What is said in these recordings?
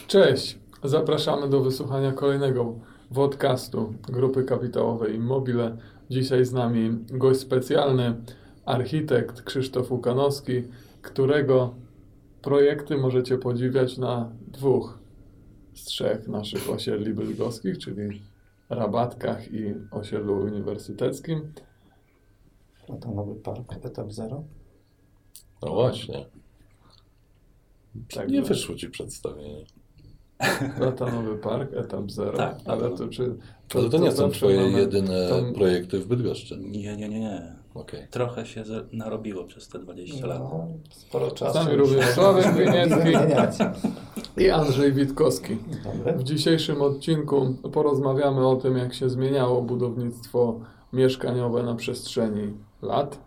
Cześć, zapraszamy do wysłuchania kolejnego podcastu Grupy Kapitałowej Immobile. Dzisiaj z nami gość specjalny, architekt Krzysztof Łukanowski, którego projekty możecie podziwiać na 2 z 3 naszych osiedli bydgoskich, czyli Rabatkach i osiedlu uniwersyteckim. Platonowy Park, etap 0. No właśnie. Tak, Nie wyszło ci przedstawienie. Platonowy Park, etap 0. Tak, ale to czy... Ale to nie są zawsze twoje mamy jedyne tą- projekty w Bydgoszczy. Nie. Okej. Trochę się narobiło przez te 20 lat. No, sporo czasu. Z nami również Sławek Winiecki Zmieniać. i Andrzej Witkowski. Dobry. W dzisiejszym odcinku porozmawiamy o tym, jak się zmieniało budownictwo mieszkaniowe na przestrzeni lat.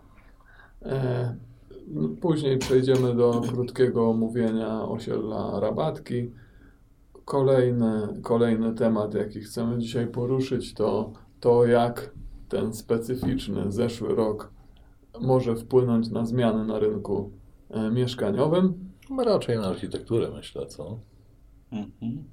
Później przejdziemy do krótkiego omówienia osiedla Rabatki. Kolejny temat, jaki chcemy dzisiaj poruszyć, to jak ten specyficzny zeszły rok może wpłynąć na zmiany na rynku mieszkaniowym. No raczej na architekturę myślę, co? Mhm.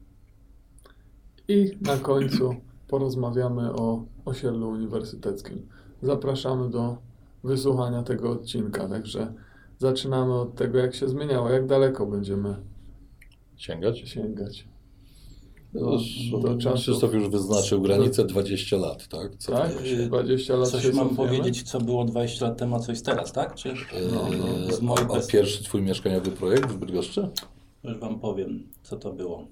I na końcu porozmawiamy o osiedlu uniwersyteckim. Zapraszamy do wysłuchania tego odcinka. Także zaczynamy od tego, jak się zmieniało, jak daleko będziemy Sięgać? sięgać. Krzysztof już wyznaczył granicę 20 lat, tak? Co Tak? to 20 lat Coś się mam cofniemy? powiedzieć, co było 20 lat temu, a coś teraz, tak? Czy z mojej A perspektywy pierwszy twój mieszkaniowy projekt w Bydgoszczy? już wam powiem, co to było.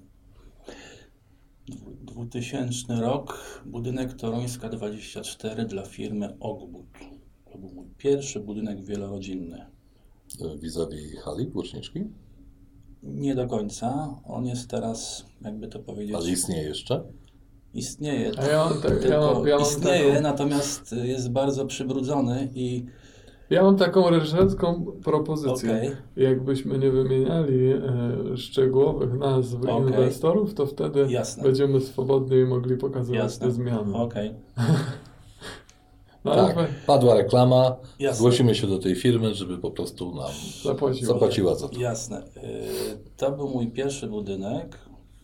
2000 rok, budynek Toruńska 24 dla firmy Ogbud. To był mój pierwszy budynek wielorodzinny. Vis-a-vis hali, łuczniczki? Nie do końca. On jest teraz, jakby to powiedzieć... Ale istnieje jeszcze? Istnieje. A ja mam tak- Tylko ja mam istnieje, taką- natomiast jest bardzo przybrudzony i Ja mam taką reżyserską propozycję. Okej. Jakbyśmy nie wymieniali szczegółowych nazw Okej. inwestorów, to wtedy Jasne. będziemy swobodniej mogli pokazywać Jasne. te zmiany. Okej. No, ale Tak, padła reklama, Jasne. zgłosimy się do tej firmy, żeby po prostu nam zapłaciła za to. Jasne. To był mój pierwszy budynek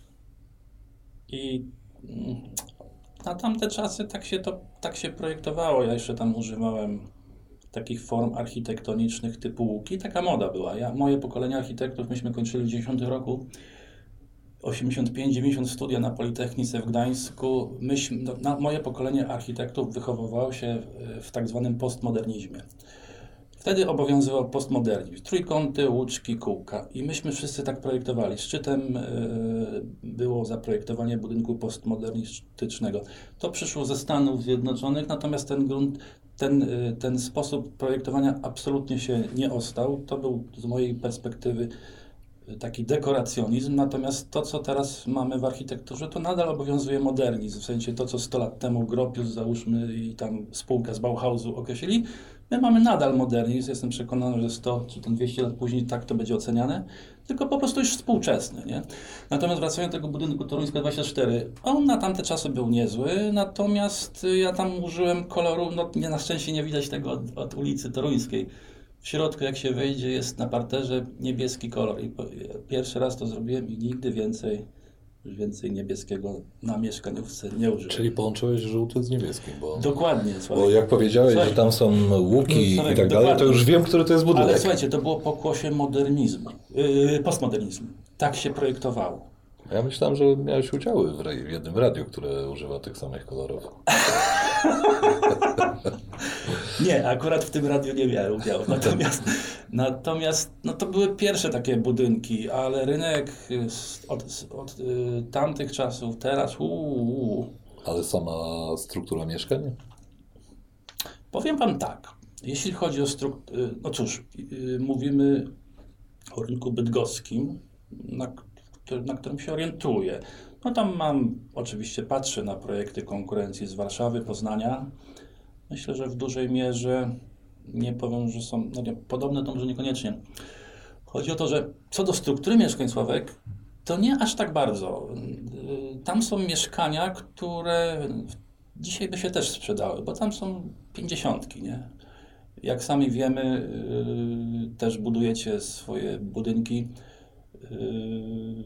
i na tamte czasy tak się projektowało. Ja jeszcze tam używałem takich form architektonicznych typu łuki. Taka moda była. Moje pokolenie architektów, myśmy kończyli w 90 roku. 85-90 studia na Politechnice w Gdańsku. Moje pokolenie architektów wychowywało się w tak zwanym postmodernizmie. Wtedy obowiązywał postmodernizm. Trójkąty, łuczki, kółka. I myśmy wszyscy tak projektowali. Szczytem było zaprojektowanie budynku postmodernistycznego. To przyszło ze Stanów Zjednoczonych, natomiast ten grunt, ten sposób projektowania absolutnie się nie ostał. To był z mojej perspektywy taki dekoracjonizm, natomiast to, co teraz mamy w architekturze, to nadal obowiązuje modernizm, w sensie to, co 100 lat temu Gropius, załóżmy, i tam spółka z Bauhausu określili, my mamy nadal modernizm, jestem przekonany, że 100 czy tam 200 lat później tak to będzie oceniane, tylko po prostu już współczesny, nie? Natomiast wracając do tego budynku Toruńska 24, on na tamte czasy był niezły, natomiast ja tam użyłem koloru, no nie, na szczęście nie widać tego od ulicy Toruńskiej. W środku, jak się wejdzie, jest na parterze niebieski kolor. I pierwszy raz to zrobiłem i nigdy więcej niebieskiego na mieszkaniówce nie użyłem. Czyli połączyłeś żółty z niebieskim, Dokładnie, bo słuchajcie. jak powiedziałeś, Słuchaj. że tam są łuki Słuchaj, i tak dalej, to dokładnie. już wiem, który to jest budynek. Ale słuchajcie, to było pokłosie modernizmu, postmodernizmu. Tak się projektowało. Ja myślałem, że miałeś udziały w jednym radiu, które używa tych samych kolorów. Nie, akurat w tym radiu nie miałem udziału. Natomiast no to były pierwsze takie budynki, ale rynek od tamtych czasów teraz Ale sama struktura mieszkań? Powiem wam tak, jeśli chodzi o no cóż, mówimy o rynku bydgoskim, na którym się orientuję. No tam oczywiście patrzę na projekty konkurencji z Warszawy, Poznania. Myślę, że w dużej mierze, nie powiem, że są podobne, to może niekoniecznie. Chodzi o to, że co do struktury mieszkań, Sławek, to nie aż tak bardzo. Tam są mieszkania, które dzisiaj by się też sprzedały, bo tam są 50, nie? Jak sami wiemy, też budujecie swoje budynki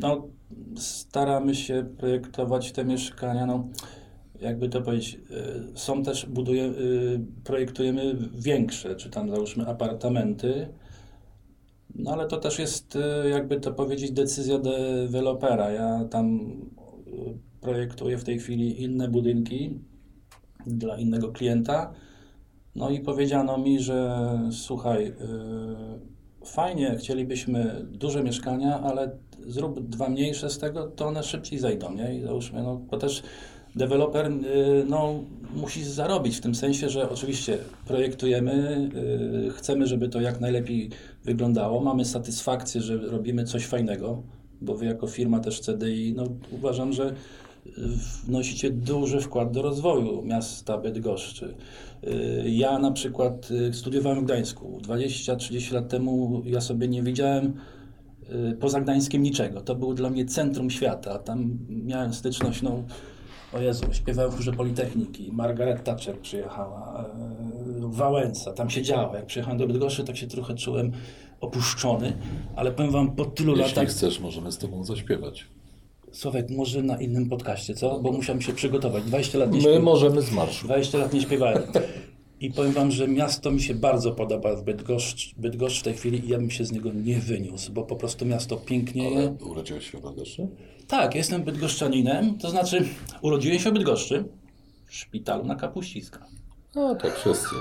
No, staramy się projektować te mieszkania, no, jakby to powiedzieć, są też, projektujemy większe, czy tam załóżmy apartamenty, no ale to też jest, jakby to powiedzieć, decyzja dewelopera. Ja tam projektuję w tej chwili inne budynki dla innego klienta, no i powiedziano mi, że słuchaj, fajnie, chcielibyśmy duże mieszkania, ale zrób 2 mniejsze z tego, to one szybciej zejdą, nie? I załóżmy, no, bo też deweloper, no, musi zarobić w tym sensie, że oczywiście projektujemy, chcemy, żeby to jak najlepiej wyglądało, mamy satysfakcję, że robimy coś fajnego, bo wy jako firma też CDI, no, uważam, że wnosicie duży wkład do rozwoju miasta Bydgoszczy. Ja na przykład studiowałem w Gdańsku. 20-30 lat temu ja sobie nie widziałem poza Gdańskiem niczego. To było dla mnie centrum świata. Tam miałem styczność, no, o Jezu, śpiewałem w chórze Politechniki. Margaret Thatcher przyjechała, Wałęsa, tam się działo. Jak przyjechałem do Bydgoszczy, tak się trochę czułem opuszczony, ale powiem wam, po tylu Jeśli latach... chcesz, możemy z tobą zaśpiewać. Sławek, może na innym podcaście, co? Bo musiałem się przygotować. 20 lat nie My śpiewałem. możemy z marszu. 20 lat nie śpiewałem. I powiem wam, że miasto mi się bardzo podoba w Bydgoszcz w tej chwili i ja bym się z niego nie wyniósł, bo po prostu miasto pięknieje. Ale urodziłeś się w Bydgoszczy? Tak, jestem bydgoszczaninem, to znaczy urodziłem się w Bydgoszczy, w szpitalu na Kapuściska. No tak, wszyscy.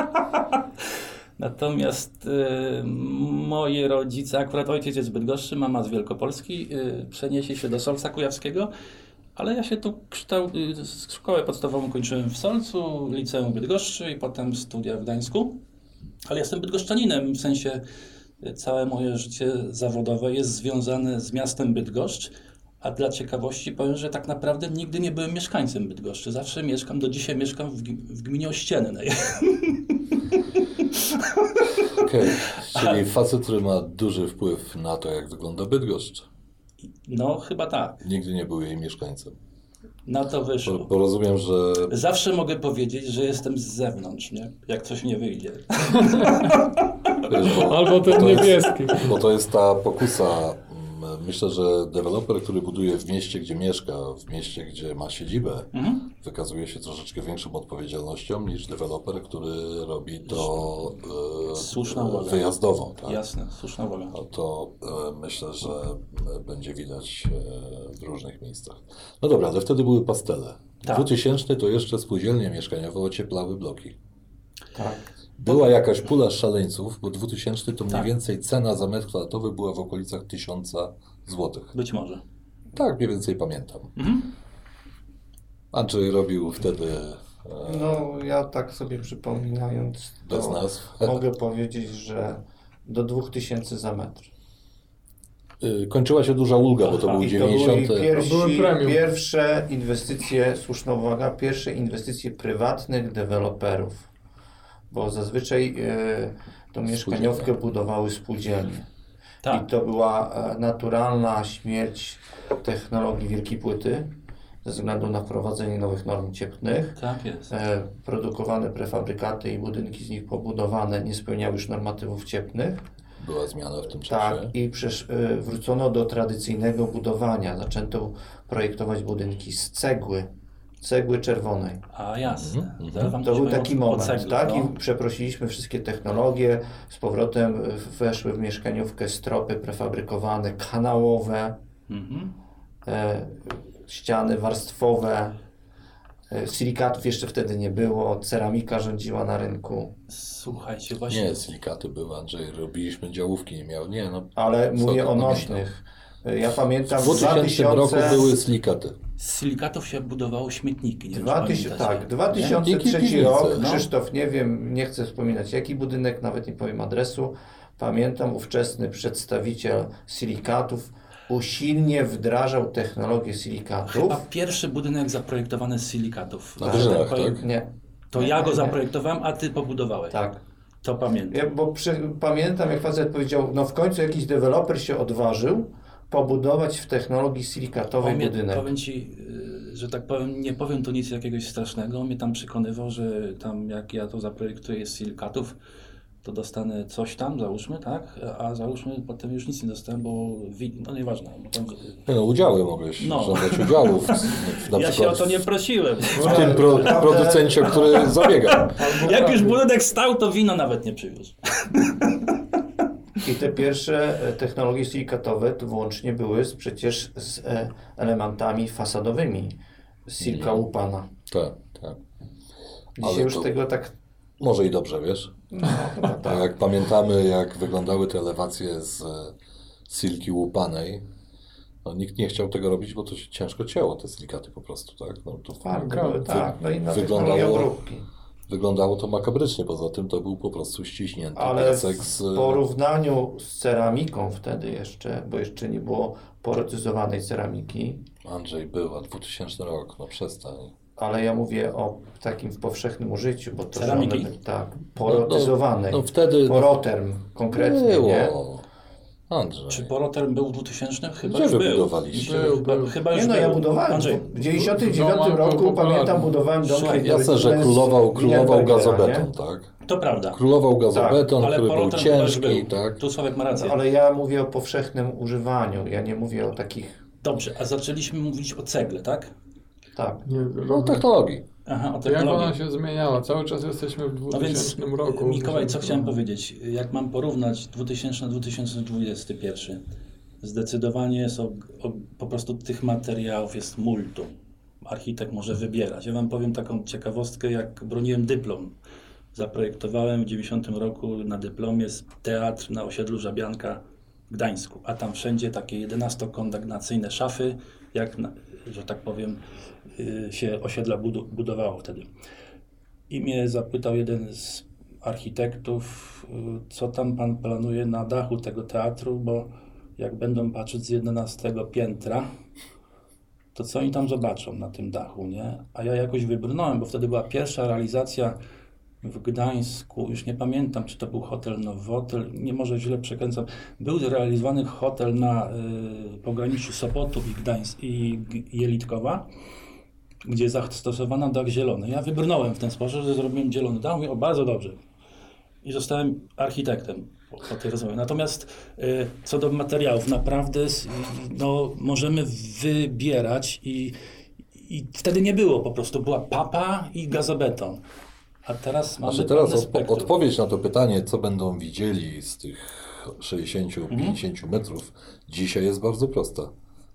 Natomiast moi rodzice, akurat ojciec jest z Bydgoszczy, mama z Wielkopolski, przeniesie się do Solca Kujawskiego, ale ja się tu szkołę podstawową kończyłem w Solcu, liceum w Bydgoszczy i potem studia w Gdańsku. Ale jestem bydgoszczaninem, w sensie całe moje życie zawodowe jest związane z miastem Bydgoszcz, a dla ciekawości powiem, że tak naprawdę nigdy nie byłem mieszkańcem Bydgoszczy. Zawsze mieszkam, do dzisiaj mieszkam w gminie Ościennej. Okej, czyli facet, który ma duży wpływ na to, jak wygląda Bydgoszcz. No, chyba tak. Nigdy nie był jej mieszkańcem. Na to wyszło. Bo rozumiem, że Zawsze mogę powiedzieć, że jestem z zewnątrz, nie? Jak coś nie wyjdzie. wiesz, Albo ten niebieski. Bo to jest ta pokusa. Myślę, że deweloper, który buduje w mieście, gdzie mieszka, w mieście, gdzie ma siedzibę, wykazuje się troszeczkę większą odpowiedzialnością niż deweloper, który robi to Słuszna uwaga. wyjazdową. Tak? Jasne, słuszna uwaga. No to myślę, że będzie widać w różnych miejscach. No dobra, ale wtedy były pastele. Tak. 2000 to jeszcze spółdzielnie mieszkaniowe ocieplały bloki. Tak. Była jakaś pula szaleńców, bo 2000 to mniej Tak. więcej cena za metr kwadratowy była w okolicach 1000 zł. Być może. Tak, mniej więcej pamiętam. Andrzej robił wtedy No, ja tak sobie przypominając, bez to nazw. mogę powiedzieć, że do 2000 za metr. Kończyła się duża ulga, bo to Aha. był I to były 90. były premium. pierwsze inwestycje, słuszna uwaga, pierwsze inwestycje prywatnych deweloperów. Bo zazwyczaj tą mieszkaniówkę budowały spółdzielnie. Tak. I to była naturalna śmierć technologii wielkiej płyty ze względu na wprowadzenie nowych norm cieplnych. Tak jest. Produkowane prefabrykaty i budynki z nich pobudowane nie spełniały już normatywów cieplnych. Była zmiana w tym Tak, czasie. i wrócono do tradycyjnego budowania. Zaczęto projektować budynki z cegły czerwonej. A jasne. Mhm. Zaraz wam To coś był powiem taki o moment, ceglu, tak? no. I przeprosiliśmy wszystkie technologie, z powrotem weszły w mieszkaniówkę stropy prefabrykowane, kanałowe, Mhm. ściany warstwowe, silikatów jeszcze wtedy nie było, ceramika rządziła na rynku, Słuchajcie, właśnie. Nie, silikaty były, Andrzej, robiliśmy działówki, nie miał. Nie, no. ale Co mówię to o pamiętam? nośnych. Ja pamiętam W 2000 roku były silikaty. Z silikatów się budowało śmietniki. Nie wiem, czy 2000, pamiętacie. tak, 2003 Dzięki rok, piwnicy, no. Krzysztof, nie wiem, nie chcę wspominać jaki budynek, nawet nie powiem adresu. Pamiętam, ówczesny przedstawiciel silikatów usilnie wdrażał technologię silikatów. Chyba pierwszy budynek zaprojektowany z silikatów. Na Że Wyżynach, powiem, tak? Nie. To Nie, ja go nie. zaprojektowałem, a ty pobudowałeś. Tak. To pamiętam. Ja, bo pamiętam, jak facet powiedział, no w końcu jakiś deweloper się odważył pobudować w technologii silikatowej budynek. Powiem ci, że tak powiem, nie powiem tu nic jakiegoś strasznego. On mnie tam przekonywał, że tam jak ja to zaprojektuję z silikatów, to dostanę coś tam, załóżmy, tak? A załóżmy, potem już nic nie dostałem, bo no nieważne. Bo tam... Udziały mogłeś żądać udziałów. Na Ja się o to nie prosiłem. w tym producencie, który zabiega. Jak już budynek stał, to wino nawet nie przywiózł. I te pierwsze technologie silikatowe to wyłącznie były przecież z elementami fasadowymi silika łupana. Tak. Dzisiaj Ale już to- tego tak... Może i dobrze, wiesz? No, chyba A tak. jak pamiętamy, jak wyglądały te elewacje z silki łupanej, no nikt nie chciał tego robić, bo to się ciężko cięło, te silikaty po prostu, tak? No, to Twarde były, tak. No i na wyglądało- technologię obróbki. wyglądało to makabrycznie, poza tym to był po prostu ściśnięty Ale piasek w porównaniu z ceramiką wtedy jeszcze, bo jeszcze nie było porotyzowanej ceramiki, Andrzej była, 2000 rok, no przestań. ale ja mówię o takim w powszechnym użyciu, bo to Ceramiki? że one, tak, porotyzowanej, No wtedy poroterm konkretnie, nie? było. Andrzej. Czy Poroterm był w 2000? Chyba Gdzie już wy był. budowaliście? Chyba już Nie no, był. ja budowałem. Andrzej, W 99 Dom roku popularny. pamiętam, budowałem dom Słuchaj, Jasne, że z królował Wienerbergera, gazobeton, nie? tak? to prawda. Królował gazobeton, Ale który był Poroterm chyba już ciężki, był. tak? Tu Sławek ma rację. No, ale ja mówię o powszechnym używaniu, ja nie mówię o takich, Dobrze, a zaczęliśmy mówić o cegle, tak? tak. No technologii. Aha, o Jak technologii. ona się zmieniała? Cały czas jesteśmy w No więc 2000 roku. Mikołaj, co chciałem powiedzieć? Jak mam porównać 2000-2021, zdecydowanie są po prostu tych materiałów jest multum. Architekt może wybierać. Ja wam powiem taką ciekawostkę, jak broniłem dyplom. Zaprojektowałem w 90 roku na dyplomie teatr na osiedlu Żabianka w Gdańsku, a tam wszędzie takie 11-kondygnacyjne szafy, jak, że tak powiem, się osiedla budowało wtedy. I mnie zapytał jeden z architektów, co tam pan planuje na dachu tego teatru, bo jak będą patrzeć z 11 piętra, to co oni tam zobaczą na tym dachu, nie? A ja jakoś wybrnąłem, bo wtedy była pierwsza realizacja w Gdańsku, już nie pamiętam, czy to był hotel Nowotel, nie może źle przekręcam. Był realizowany hotel na pograniczu Sopotu i Jelitkowa, gdzie zastosowano dach zielony. Ja wybrnąłem w ten sposób, że zrobiłem zielony dach, mówię, o bardzo dobrze. I zostałem architektem po tej rozmowie. Natomiast co do materiałów, naprawdę no, możemy wybierać i wtedy nie było, po prostu była papa i gazobeton. A teraz mamy Znaczy teraz pełne spektrum. odpowiedź na to pytanie, co będą widzieli z tych 60-50 metrów, dzisiaj jest bardzo prosta.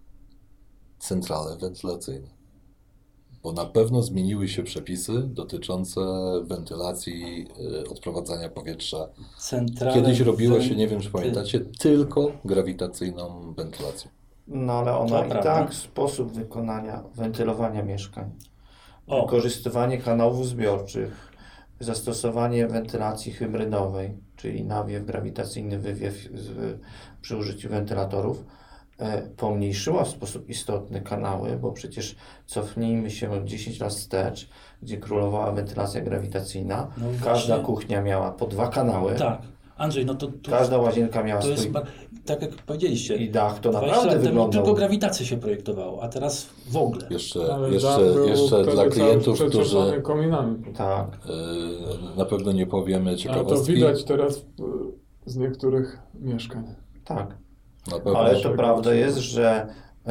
Centrale wentylacyjne. Bo na pewno zmieniły się przepisy dotyczące wentylacji, odprowadzania powietrza. Centrale Kiedyś robiło się, nie wiem czy pamiętacie, tylko grawitacyjną wentylację. No ale To ona i prawda. tak sposób wykonania, wentylowania mieszkań, O. wykorzystywanie kanałów zbiorczych, zastosowanie wentylacji hybrydowej, czyli nawiew, grawitacyjny wywiew przy użyciu wentylatorów, pomniejszyła w sposób istotny kanały, bo przecież cofnijmy się 10 lat wstecz, gdzie królowała wentylacja grawitacyjna, No każda właśnie. kuchnia miała po 2 kanały, Tak. Andrzej, no to każda łazienka miała to jest, swój tak jak powiedzieliście, i dach, to 20 naprawdę lat temu wyglądał. tylko grawitację się projektowało, a teraz w ogóle. Ale dach był Jeszcze wtedy dla cały klientów, przeczeszony którzy kominami. Tak. na pewno nie powiemy Ale to ciekawostki. widać teraz z niektórych mieszkań. Tak. Na pewno Ale to prawda jest, że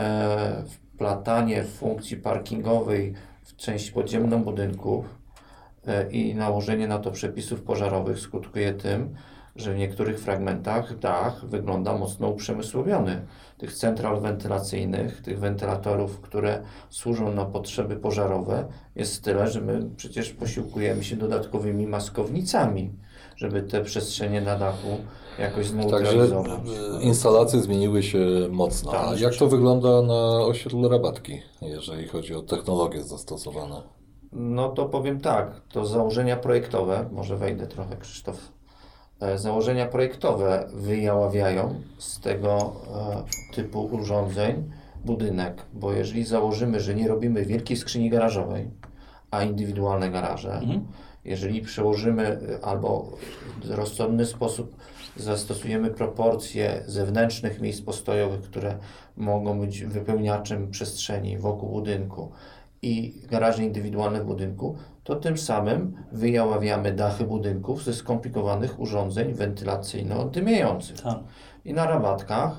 wplatanie funkcji parkingowej w część podziemną budynków i nałożenie na to przepisów pożarowych skutkuje tym, że w niektórych fragmentach dach wygląda mocno uprzemysłowiony. Tych central wentylacyjnych, tych wentylatorów, które służą na potrzeby pożarowe, jest tyle, że my przecież posiłkujemy się dodatkowymi maskownicami, żeby te przestrzenie na dachu jakoś Także zneutralizować. instalacje zmieniły się mocno. A Tak. jak to wygląda na osiedlu Rabatki, jeżeli chodzi o technologie zastosowane? No to powiem tak, to założenia projektowe, może wejdę trochę, Krzysztof. Założenia projektowe wyjaławiają z tego typu urządzeń budynek, bo jeżeli założymy, że nie robimy wielkiej skrzyni garażowej, a indywidualne garaże, jeżeli przełożymy albo w rozsądny sposób zastosujemy proporcje zewnętrznych miejsc postojowych, które mogą być wypełniaczem przestrzeni wokół budynku i garaże indywidualne w budynku, to tym samym wyjaławiamy dachy budynków ze skomplikowanych urządzeń wentylacyjno-dymiających. Tak. I na rabatkach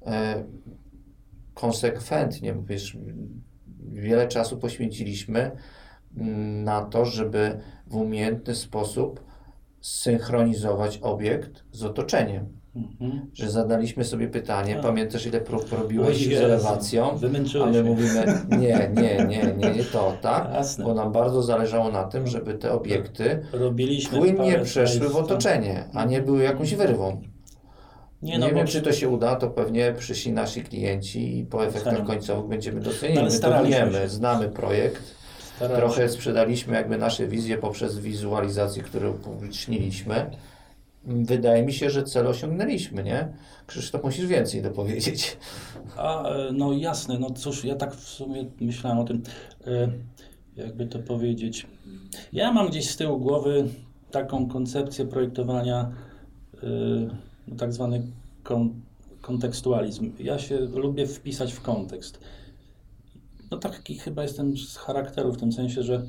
konsekwentnie, wiesz, wiele czasu poświęciliśmy na to, żeby w umiejętny sposób zsynchronizować obiekt z otoczeniem. Że zadaliśmy sobie pytanie, Tak. pamiętasz ile prób robiłeś O z Jezu, elewacją, wymęczyłeś ale mnie. mówimy nie to, tak? Jasne. Bo nam bardzo zależało na tym, żeby te obiekty Robiliśmy płynnie parę przeszły w slajdów, otoczenie, a nie były jakąś wyrwą. Nie bo wiem, czy to się uda, to pewnie przyszli nasi klienci i po efektach Doceniam. końcowych będziemy docenieni. No, ale My to staraliśmy wiemy, się. znamy projekt. staraliśmy Trochę sprzedaliśmy jakby nasze wizje poprzez wizualizację, którą upubliczniliśmy. Wydaje mi się, że cel osiągnęliśmy, nie? Krzysztof, musisz więcej dopowiedzieć. No jasne, no cóż, ja tak w sumie myślałem o tym, jakby to powiedzieć. Ja mam gdzieś z tyłu głowy taką koncepcję projektowania, tak zwany kontekstualizm. Ja się lubię wpisać w kontekst. No taki chyba jestem z charakteru w tym sensie, że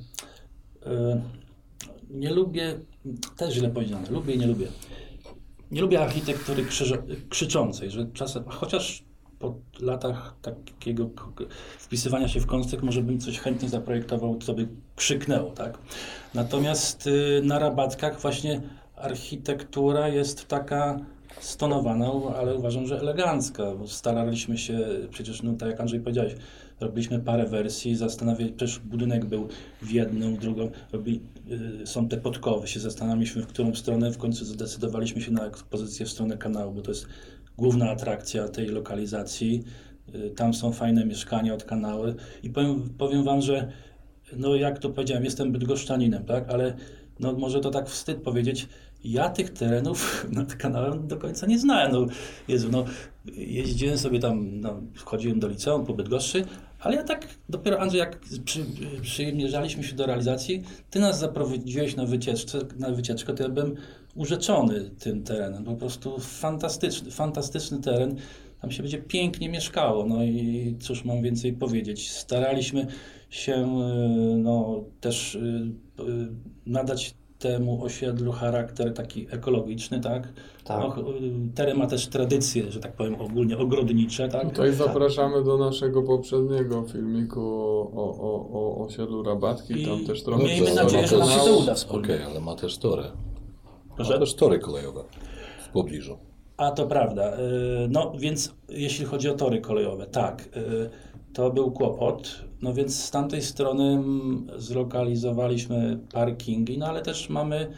nie lubię, też źle powiedziane, lubię i nie lubię. Nie lubię architektury krzyczącej, że czasem, chociaż po latach takiego wpisywania się w kontekst może bym coś chętnie zaprojektował, co by krzyknęło, tak? Natomiast na rabatkach właśnie architektura jest taka stonowana, ale uważam, że elegancka, bo staraliśmy się, przecież no tak jak Andrzej powiedziałeś, robiliśmy parę wersji, zastanawialiśmy, też budynek był w jedną, w drugą, są te podkowy, się zastanawialiśmy, w którą stronę, w końcu zdecydowaliśmy się na ekspozycję w stronę kanału, bo to jest główna atrakcja tej lokalizacji, tam są fajne mieszkania od kanału i powiem wam, że no jak to powiedziałem, jestem bydgoszczaninem, tak, ale no może to tak wstyd powiedzieć, ja tych terenów nad kanałem do końca nie znałem. No, Jezu, no, jeździłem sobie tam, no, wchodziłem do liceum po Bydgoszczy, ale ja tak dopiero, Andrzej, jak przymierzaliśmy się do realizacji, ty nas zaprowadziłeś na wycieczkę, to ja byłem urzeczony tym terenem. Po prostu fantastyczny teren. Tam się będzie pięknie mieszkało. No i cóż mam więcej powiedzieć. Staraliśmy się no, też nadać temu osiedlu charakter taki ekologiczny, tak? Tak. No, teren ma też tradycje, że tak powiem, ogólnie ogrodnicze, tak? Tutaj zapraszamy do naszego poprzedniego filmiku o osiedlu Rabatki. I Tam też trochę miejmy nadzieję, że nam się to uda wspólnie. Okej, ale ma też tory. Proszę? Ma też tory kolejowe w pobliżu. A to prawda. No więc jeśli chodzi o tory kolejowe, tak, to był kłopot. No więc z tamtej strony zlokalizowaliśmy parkingi, no ale też mamy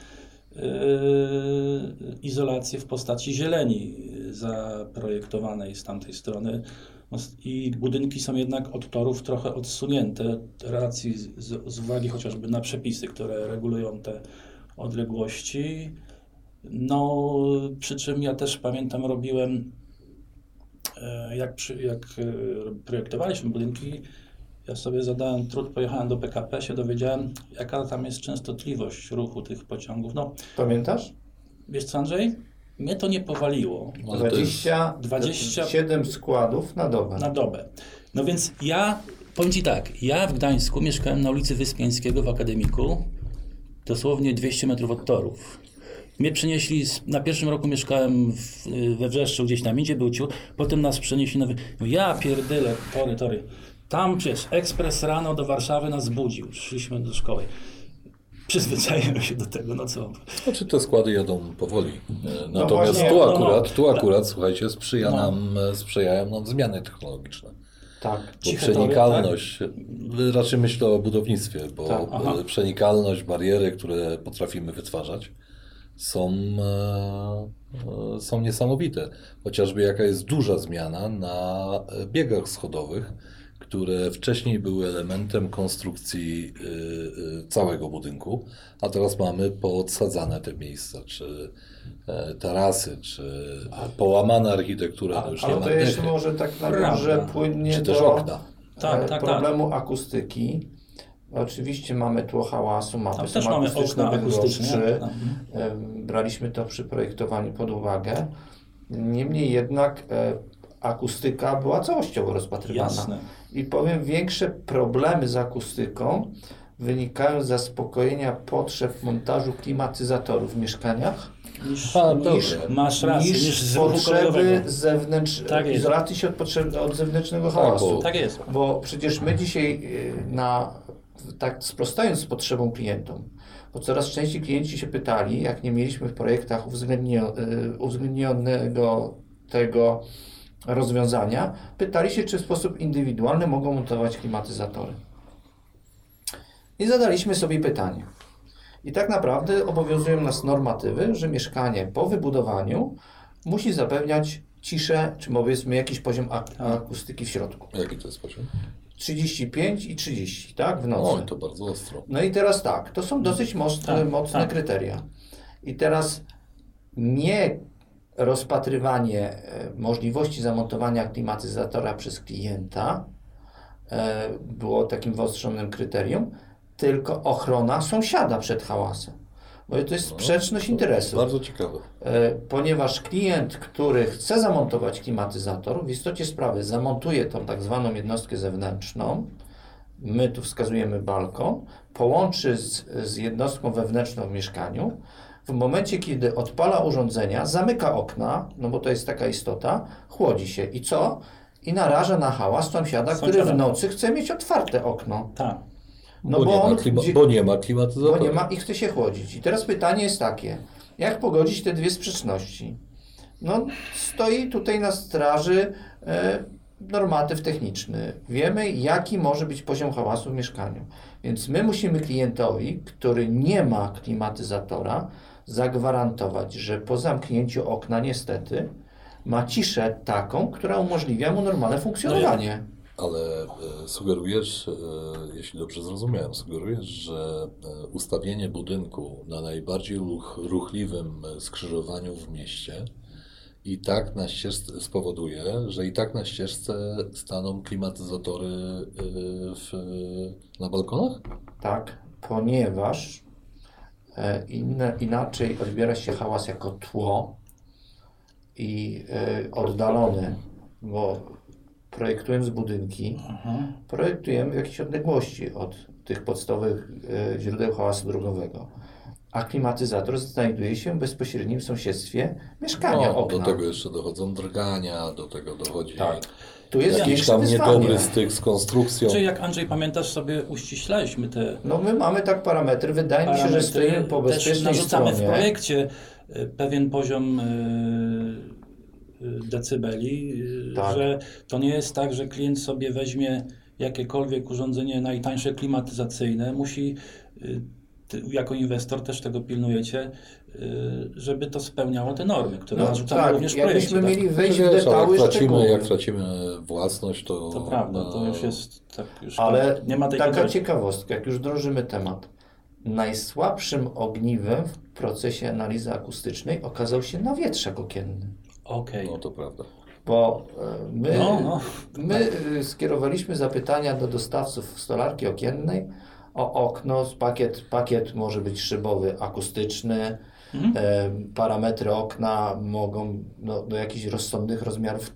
izolację w postaci zieleni zaprojektowanej z tamtej strony. I budynki są jednak od torów trochę odsunięte racji z uwagi chociażby na przepisy, które regulują te odległości. No, przy czym ja też pamiętam, robiłem, jak projektowaliśmy budynki, ja sobie zadałem trud, pojechałem do PKP, się dowiedziałem, jaka tam jest częstotliwość ruchu tych pociągów. No, Pamiętasz? wiesz co, Andrzej? Mnie to nie powaliło Ale to jest 27 składów na dobę. na dobę. No więc ja, powiem Ci tak, ja w Gdańsku mieszkałem na ulicy Wyspiańskiego w Akademiku, dosłownie 200 metrów od torów. Mnie przenieśli, na pierwszym roku mieszkałem we Wrzeszczu, gdzieś na Midzie był ciur, potem nas przenieśli na... Ja pierdylę, tory. Tam przecież ekspres rano do Warszawy nas budził, szliśmy do szkoły. Przyzwyczaiłem się do tego, no co. Znaczy te składy jadą powoli. Natomiast właśnie, tu akurat, słuchajcie, sprzyjają nam zmiany technologiczne. Tak. Bo Ciche tory, przenikalność, raczej myślę o budownictwie, bo Tak, przenikalność, bariery, które potrafimy wytwarzać, są niesamowite. Chociażby jaka jest duża zmiana na biegach schodowych, które wcześniej były elementem konstrukcji całego budynku, a teraz mamy poodsadzane te miejsca, czy tarasy, czy połamana architektura. Ale to jeszcze może tak nawiążę płynnie czy też do okna. problemu akustyki. Oczywiście mamy tło hałasu, mapy Też mamy okna akustyczne. Braliśmy to przy projektowaniu pod uwagę. Niemniej jednak akustyka była całościowo rozpatrywana. Jasne. I powiem, większe problemy z akustyką wynikają z zaspokojenia potrzeb montażu klimatyzatorów w mieszkaniach Masz rację, niż z ruchu potrzeby kolejowego. zewnętrznej, jest. izolacji się od zewnętrznego hałasu. Tak jest. Bo przecież my dzisiaj, tak sprostając z potrzebą klientom, bo coraz częściej klienci się pytali, jak nie mieliśmy w projektach uwzględnionego tego rozwiązania, pytali się, czy w sposób indywidualny mogą montować klimatyzatory. I zadaliśmy sobie pytanie. I tak naprawdę obowiązują nas normatywy, że mieszkanie po wybudowaniu musi zapewniać ciszę, czy powiedzmy jakiś poziom akustyki w środku. Jaki to jest poziom? 35 i 30, tak? W nocy. Oj, to bardzo ostro. No i teraz tak, to są dosyć mocne kryteria. I teraz nie rozpatrywanie możliwości zamontowania klimatyzatora przez klienta było takim wyostrzonym kryterium, tylko ochrona sąsiada przed hałasem. Bo to jest sprzeczność interesów. Bardzo ciekawe. Ponieważ klient, który chce zamontować klimatyzator, w istocie sprawy zamontuje tą tak zwaną jednostkę zewnętrzną, my tu wskazujemy balkon, połączy z jednostką wewnętrzną w mieszkaniu, w momencie, kiedy odpala urządzenia, zamyka okna, no bo to jest taka istota, chłodzi się. I co? I naraża na hałas sąsiada, który w nocy chce mieć otwarte okno. Tak. No bo nie ma klimatyzatora. Bo nie ma i chce się chłodzić. I teraz pytanie jest takie, jak pogodzić te dwie sprzeczności? No, stoi tutaj na straży normatyw techniczny. Wiemy, jaki może być poziom hałasu w mieszkaniu. Więc my musimy klientowi, który nie ma klimatyzatora, zagwarantować, że po zamknięciu okna niestety ma ciszę taką, która umożliwia mu normalne funkcjonowanie. Ale sugerujesz, jeśli dobrze zrozumiałem, sugerujesz, że ustawienie budynku na najbardziej ruchliwym skrzyżowaniu w mieście i tak na ścieżce spowoduje, że i tak na ścieżce staną klimatyzatory na balkonach? Tak, ponieważ inaczej odbiera się hałas jako tło i oddalony, bo projektując budynki, projektujemy w jakiejś odległości od tych podstawowych źródeł hałasu drogowego. A klimatyzator znajduje się w bezpośrednim sąsiedztwie mieszkania, okna. Do tego jeszcze dochodzą drgania, do tego dochodzi Tu jest jakiś tam niedobry styk z konstrukcją. Czy jak Andrzej pamiętasz, sobie uściślaliśmy te No my mamy tak parametry, wydaje mi się, że stoimy po bezpiecznej też narzucamy stronie. w projekcie pewien poziom decybeli, Tak. że to nie jest tak, że klient sobie weźmie jakiekolwiek urządzenie najtańsze klimatyzacyjne, musi, jako inwestor też tego pilnujecie, żeby to spełniało te normy, które narzucamy również w projekcie. Jakbyśmy mieli wejść w Wiesz, detały jak tracimy własność, to... To prawda, to już jest tak, już ale nie ma tej taka kontroli. ciekawostka, jak już drążymy temat. Najsłabszym ogniwem w procesie analizy akustycznej okazał się nawietrzak okienny. Okej. No to prawda. Bo my Tak. skierowaliśmy zapytania do dostawców stolarki okiennej o okno, pakiet może być szybowy, akustyczny, parametry okna mogą do jakichś rozsądnych rozmiarów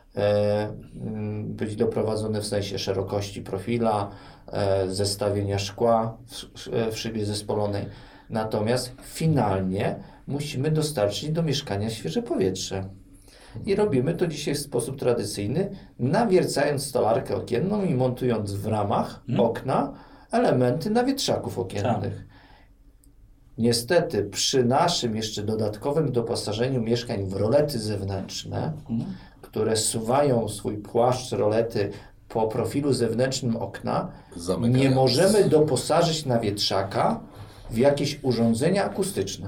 być doprowadzone w sensie szerokości profila, zestawienia szkła w szybie zespolonej. Natomiast finalnie musimy dostarczyć do mieszkania świeże powietrze. I robimy to dzisiaj w sposób tradycyjny, nawiercając stolarkę okienną i montując w ramach okna elementy nawietrzaków okiennych. Niestety przy naszym jeszcze dodatkowym doposażeniu mieszkań w rolety zewnętrzne, które suwają swój płaszcz rolety po profilu zewnętrznym okna, nie możemy doposażyć nawietrzaka w jakieś urządzenia akustyczne.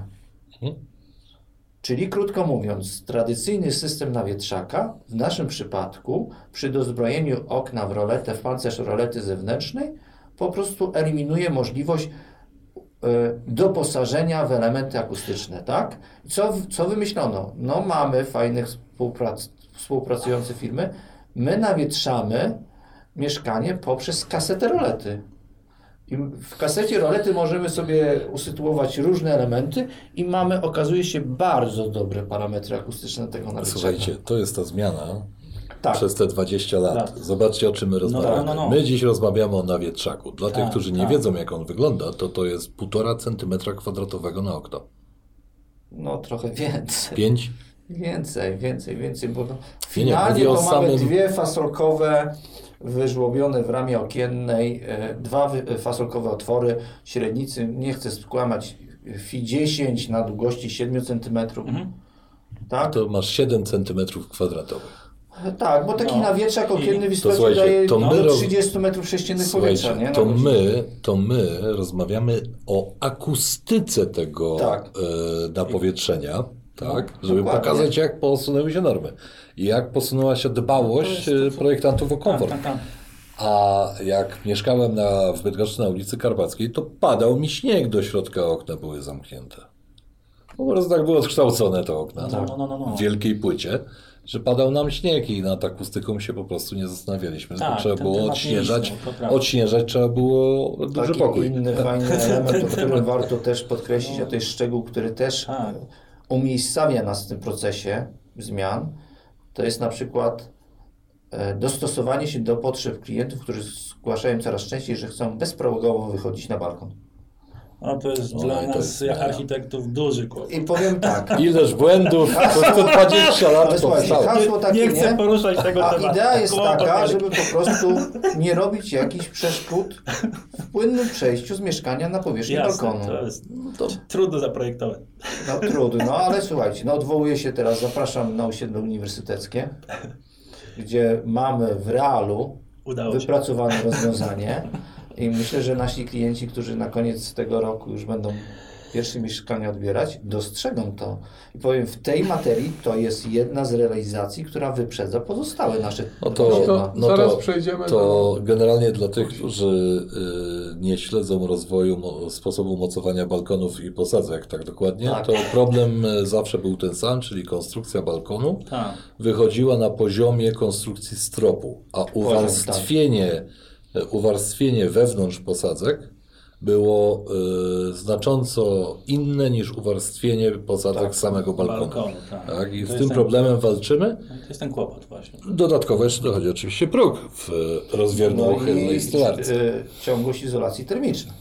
Czyli krótko mówiąc, tradycyjny system nawietrzaka w naszym przypadku przy dozbrojeniu okna w roletę, w pancerz rolety zewnętrznej po prostu eliminuje możliwość doposażenia w elementy akustyczne, tak? Co wymyślono? No mamy fajnych współpracujące firmy, my nawietrzamy mieszkanie poprzez kasetę rolety. I w kasecie rolety możemy sobie usytuować różne elementy i mamy, okazuje się, bardzo dobre parametry akustyczne tego nawietrzaka. Słuchajcie, to jest ta zmiana, Tak. przez te 20 lat. Zobaczcie, o czym my rozmawiamy. no. My dziś rozmawiamy o nawietrzaku. Dla tych, którzy nie tak. wiedzą, jak on wygląda, to jest 1,5 centymetra kwadratowego na okno. No trochę więcej. 5? Więcej, bo Nie, finalnie mówię to o mamy samym- dwie fasolkowe wyżłobione w ramie okiennej, dwa fasolkowe otwory, średnicy, nie chcę skłamać, Fi 10 na długości 7 cm. Tak? To masz 7 centymetrów kwadratowych. Tak, bo taki nawietrzak okienny w istocie słuchajcie, daje to my do roz- 30 m3 powietrza, nie? Na to godzinę. my rozmawiamy o akustyce tego Tak. napowietrzenia, tak? Żeby dokładnie. pokazać, jak posunęły się normy. I jak posunęła się dbałość projektantów o komfort. Tak. A jak mieszkałem w Bydgoszczy na ulicy Karpackiej, to padał mi śnieg do środka, okna były zamknięte. Po prostu tak było odkształcone te okna No. w wielkiej płycie, że padał nam śnieg i nad akustyką się po prostu nie zastanawialiśmy. Tak, Trzeba ten było temat odśnieżać, nie istniał, to prawda. odśnieżać trzeba było duży Taki pokój. inny fajny element, o którym warto też podkreślić, a to jest szczegół, który też Tak. umiejscawia nas w tym procesie zmian, to jest na przykład dostosowanie się do potrzeb klientów, którzy zgłaszają coraz częściej, że chcą bezprogowo wychodzić na balkon. No to jest dla to nas, jest architektów, duży kłopot. I powiem tak, Ileż błędów, to 20 lat ale słuchajcie, powstało. hasło takie, Nie chcę nie? poruszać tego A tematu. idea jest Kłopot taka, wielki. żeby po prostu nie robić jakichś przeszkód w płynnym przejściu z mieszkania na powierzchnię Jasne, balkonu. to jest trudno zaprojektować. No trudno, ale słuchajcie, odwołuję się teraz, zapraszam na osiedle uniwersyteckie, gdzie mamy w realu Udało się. wypracowane rozwiązanie i myślę, że nasi klienci, którzy na koniec tego roku już będą pierwsze mieszkania odbierać, dostrzegą to. I powiem, w tej materii to jest jedna z realizacji, która wyprzedza pozostałe nasze osiedla. Zaraz przejdziemy To generalnie dla tych, którzy nie śledzą rozwoju sposobu mocowania balkonów i posadzek tak dokładnie, Tak. to problem zawsze był ten sam, czyli konstrukcja balkonu Tak. wychodziła na poziomie konstrukcji stropu, a uwarstwienie wewnątrz posadzek było znacząco inne niż uwarstwienie posadzek samego balkonu. tak. Tak? I To z jest tym ten- problemem walczymy. To jest ten kłopot właśnie. Dodatkowo jeszcze dochodzi oczywiście próg w rozwierno-uchylnej stolarce. Ciągłość izolacji termicznej.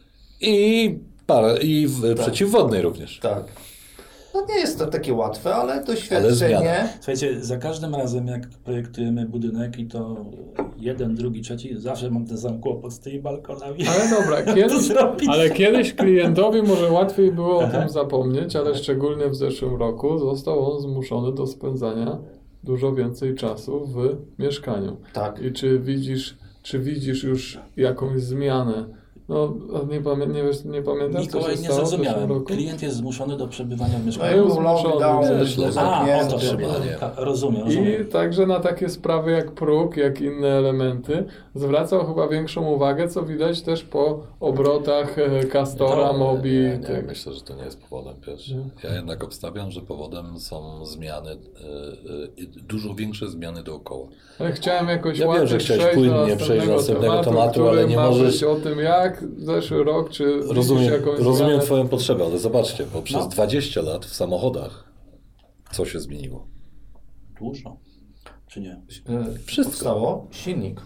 I przeciwwodnej również. Tak. No nie jest to takie łatwe, ale zmiana. doświadczenie... Słuchajcie, za każdym razem jak projektujemy budynek i to jeden, drugi, trzeci, zawsze mam ten sam kłopot z tymi balkonami. Ale dobra, kiedyś klientowi może łatwiej było o tym zapomnieć, ale szczególnie w zeszłym roku został on zmuszony do spędzania dużo więcej czasu w mieszkaniu. Tak. I czy widzisz już jakąś zmianę? No, nie pamiętasz, co Mikołaj, się nie stało w zeszłym zrozumiałem. roku? Klient jest zmuszony do przebywania w No mieszkaniu. i był lockdown, Myślę, był że- A, o to zamknięty. szybko. Rozumiem. I także na takie sprawy jak próg, jak inne elementy zwracał chyba większą uwagę, co widać też po obrotach Castora, Mobi. Nie, myślę, że to nie jest powodem pierwszy. Ja jednak obstawiam, że powodem są zmiany, dużo większe zmiany dookoła. Ale chciałem jakoś Ja wiem, ładnie że chciałeś przejść płynnie przejść do następnego tematu, który ale nie ma możesz- być o tym, jak zeszły rok, czy widzisz Rozumiem zmianę? Twoją potrzebę, ale zobaczcie, bo przez 20 lat w samochodach co się zmieniło? Dużo. Czy nie? Wszystko. Powstało silnik.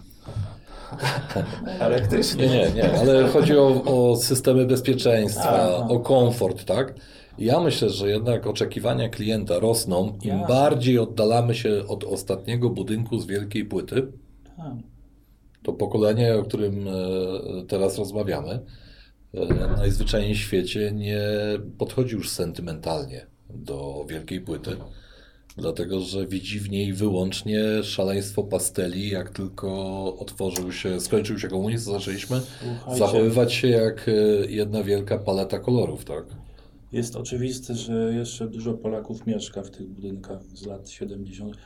Elektryczny. Nie, ale chodzi o systemy bezpieczeństwa, A. o komfort, tak? Ja myślę, że jednak oczekiwania klienta rosną, im Jasne. bardziej oddalamy się od ostatniego budynku z wielkiej płyty. Tak. To pokolenie, o którym teraz rozmawiamy, najzwyczajniej w świecie nie podchodzi już sentymentalnie do wielkiej płyty, dlatego że widzi w niej wyłącznie szaleństwo pasteli. Jak tylko skończył się komunizm, zaczęliśmy Słuchajcie. zachowywać się jak jedna wielka paleta kolorów, tak? Jest oczywiste, że jeszcze dużo Polaków mieszka w tych budynkach z lat 70.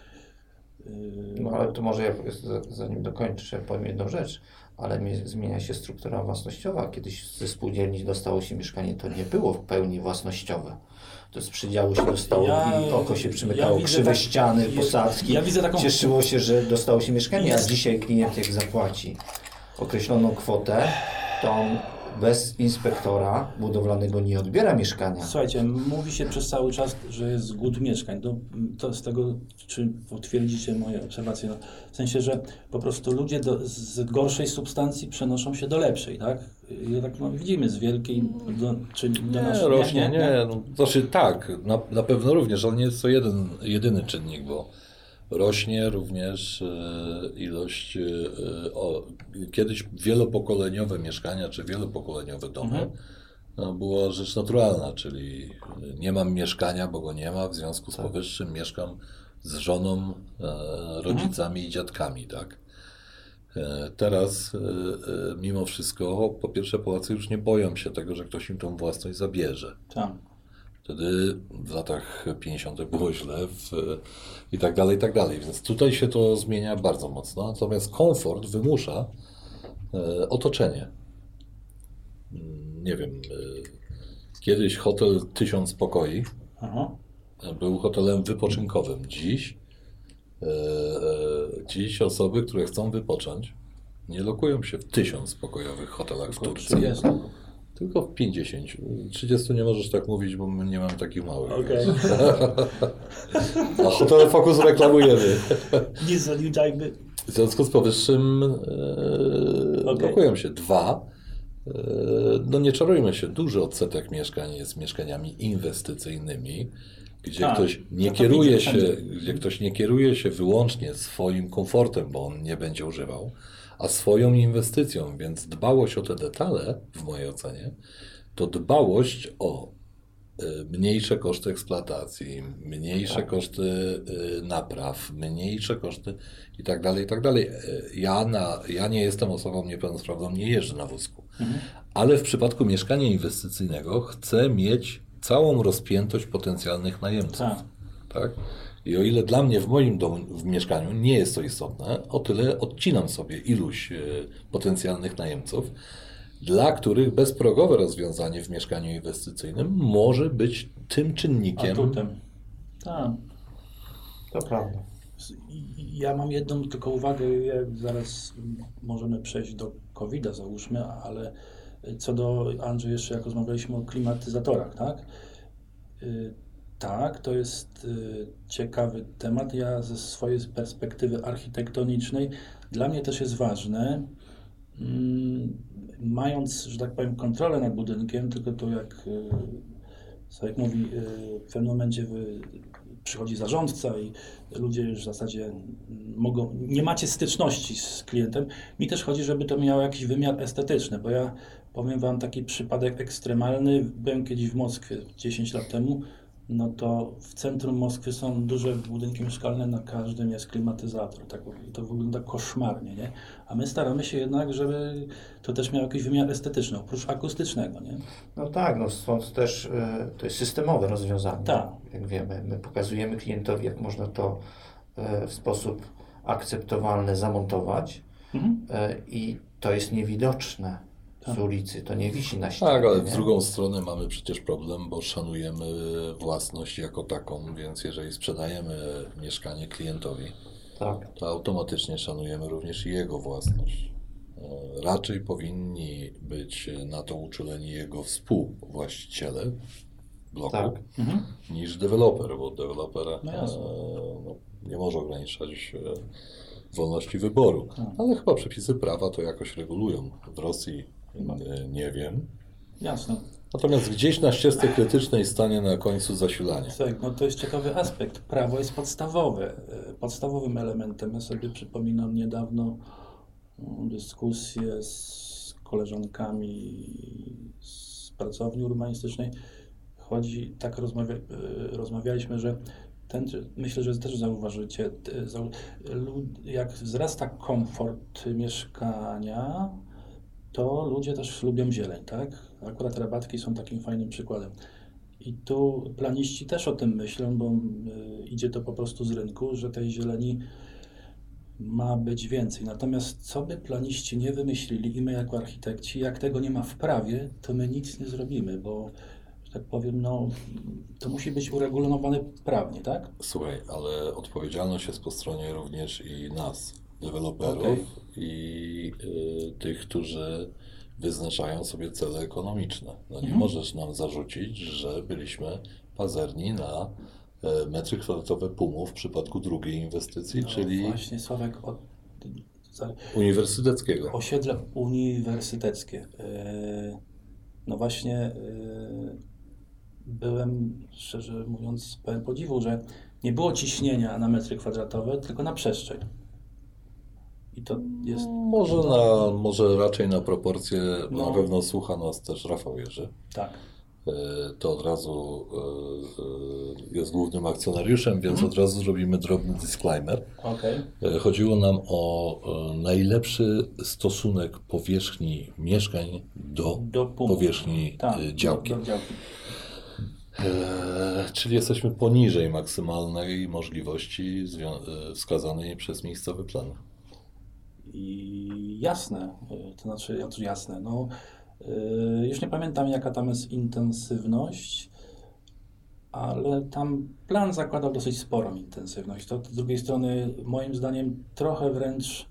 No ale to może ja, zanim dokończę, powiem jedną rzecz, ale zmienia się struktura własnościowa. Kiedyś ze spółdzielni dostało się mieszkanie, to nie było w pełni własnościowe. To z przydziału się dostało i oko się przymykało, widzę krzywe ściany, posadzki. Ja widzę taką... Cieszyło się, że dostało się mieszkanie, a dzisiaj klient jak zapłaci określoną kwotę, to on bez inspektora budowlanego nie odbiera mieszkania. Słuchajcie, mówi się przez cały czas, że jest głód mieszkań. To z tego, czy potwierdzicie moje obserwacje? No, w sensie, że po prostu ludzie z gorszej substancji przenoszą się do lepszej, tak? I tak widzimy z wielkiej czy do Nie, naszej. rośnie, nie. No, znaczy tak, na pewno również, ale nie jest to jedyny czynnik, bo rośnie również ilość, kiedyś wielopokoleniowe mieszkania czy wielopokoleniowe domy. No, była rzecz naturalna, czyli nie mam mieszkania, bo go nie ma, w związku z powyższym mieszkam z żoną, rodzicami i dziadkami, tak? Teraz mimo wszystko, po pierwsze Polacy już nie boją się tego, że ktoś im tą własność zabierze. Tak. Wtedy w latach 50. było źle i tak dalej, i tak dalej. Więc tutaj się to zmienia bardzo mocno. Natomiast komfort wymusza otoczenie. Nie wiem, kiedyś hotel 1000 pokoi był hotelem wypoczynkowym. Dziś osoby, które chcą wypocząć, nie lokują się w 1000-pokojowych hotelach w Turcji. Tylko w 50. 30 nie możesz tak mówić, bo my nie mamy takich małych. Okay. A Hotel Focus reklamujemy. Nie zaliczajmy. W związku z powyższym lokują się. 2. No nie czarujmy się, duży odsetek mieszkań jest mieszkaniami inwestycyjnymi, gdzie ktoś nie kieruje się wyłącznie swoim komfortem, bo on nie będzie używał, a swoją inwestycją, więc dbałość o te detale, w mojej ocenie, to dbałość o mniejsze koszty eksploatacji, mniejsze koszty napraw, mniejsze koszty i tak dalej, i tak dalej. Ja nie jestem osobą niepełnosprawną, nie jeżdżę na wózku, ale w przypadku mieszkania inwestycyjnego chcę mieć całą rozpiętość potencjalnych najemców. Tak? I o ile dla mnie w moim domu, w mieszkaniu nie jest to istotne, o tyle odcinam sobie iluś potencjalnych najemców, dla których bezprogowe rozwiązanie w mieszkaniu inwestycyjnym może być tym czynnikiem. Atutem. Tak. To prawda. Ja mam jedną tylko uwagę, jak zaraz możemy przejść do COVID-a, załóżmy, ale co do, Andrzej, jeszcze jak rozmawialiśmy o klimatyzatorach, tak? Tak, to jest ciekawy temat. Ja ze swojej perspektywy architektonicznej, dla mnie też jest ważne, mając, że tak powiem, kontrolę nad budynkiem, tylko to jak Sławek mówi, w pewnym momencie przychodzi zarządca i ludzie już w zasadzie nie macie styczności z klientem. Mi też chodzi, żeby to miało jakiś wymiar estetyczny, bo ja powiem Wam taki przypadek ekstremalny. Byłem kiedyś w Moskwie 10 lat temu, no to w centrum Moskwy są duże budynki mieszkalne, na każdym jest klimatyzator. Tak, to wygląda koszmarnie, nie? A my staramy się jednak, żeby to też miało jakiś wymiar estetyczny, oprócz akustycznego, nie? No tak, no stąd też to jest systemowe rozwiązanie. Tak. Jak wiemy, my pokazujemy klientowi, jak można to w sposób akceptowalny zamontować i to jest niewidoczne z ulicy, to nie wisi na ścianie. Tak, ale nie? w drugą stronę mamy przecież problem, bo szanujemy własność jako taką, więc jeżeli sprzedajemy mieszkanie klientowi, Tak. to automatycznie szanujemy również i jego własność. Raczej powinni być na to uczuleni jego współwłaściciele bloku, Tak. niż deweloper, bo deweloper No nie może ograniczać wolności wyboru. Ale chyba przepisy prawa to jakoś regulują. W Rosji nie wiem. Jasne. Natomiast gdzieś na ścieżce krytycznej stanie na końcu zasilanie. Tak, no to jest ciekawy aspekt. Prawo jest podstawowe, podstawowym elementem. Ja sobie przypominam niedawno dyskusję z koleżankami z pracowni urbanistycznej. Rozmawialiśmy, że myślę, że też zauważycie, jak wzrasta komfort mieszkania, to ludzie też lubią zieleń, tak? Akurat rabatki są takim fajnym przykładem. I tu planiści też o tym myślą, bo idzie to po prostu z rynku, że tej zieleni ma być więcej. Natomiast co by planiści nie wymyślili i my jako architekci, jak tego nie ma w prawie, to my nic nie zrobimy, bo że tak powiem, no to musi być uregulowane prawnie, tak? Słuchaj, ale odpowiedzialność jest po stronie również i nas, deweloperów i tych, którzy wyznaczają sobie cele ekonomiczne. No nie możesz nam zarzucić, że byliśmy pazerni na metry kwadratowe PUM-u w przypadku drugiej inwestycji, czyli Właśnie, Sławek, uniwersyteckiego. osiedle uniwersyteckie. No właśnie, byłem, szczerze mówiąc, pełen podziwu, że nie było ciśnienia na metry kwadratowe, tylko na przestrzeń. I to jest... Może raczej na proporcje, No. na pewno słucha nas też Rafał Jerzy. Tak. To od razu jest głównym akcjonariuszem, więc od razu zrobimy drobny disclaimer. Okej. Chodziło nam o najlepszy stosunek powierzchni mieszkań do PUM-u. powierzchni działki. Do działki. Czyli jesteśmy poniżej maksymalnej możliwości wskazanej przez miejscowy plan. I jasne, to znaczy jasne, no już nie pamiętam jaka tam jest intensywność, ale tam plan zakładał dosyć sporą intensywność. To z drugiej strony moim zdaniem trochę wręcz,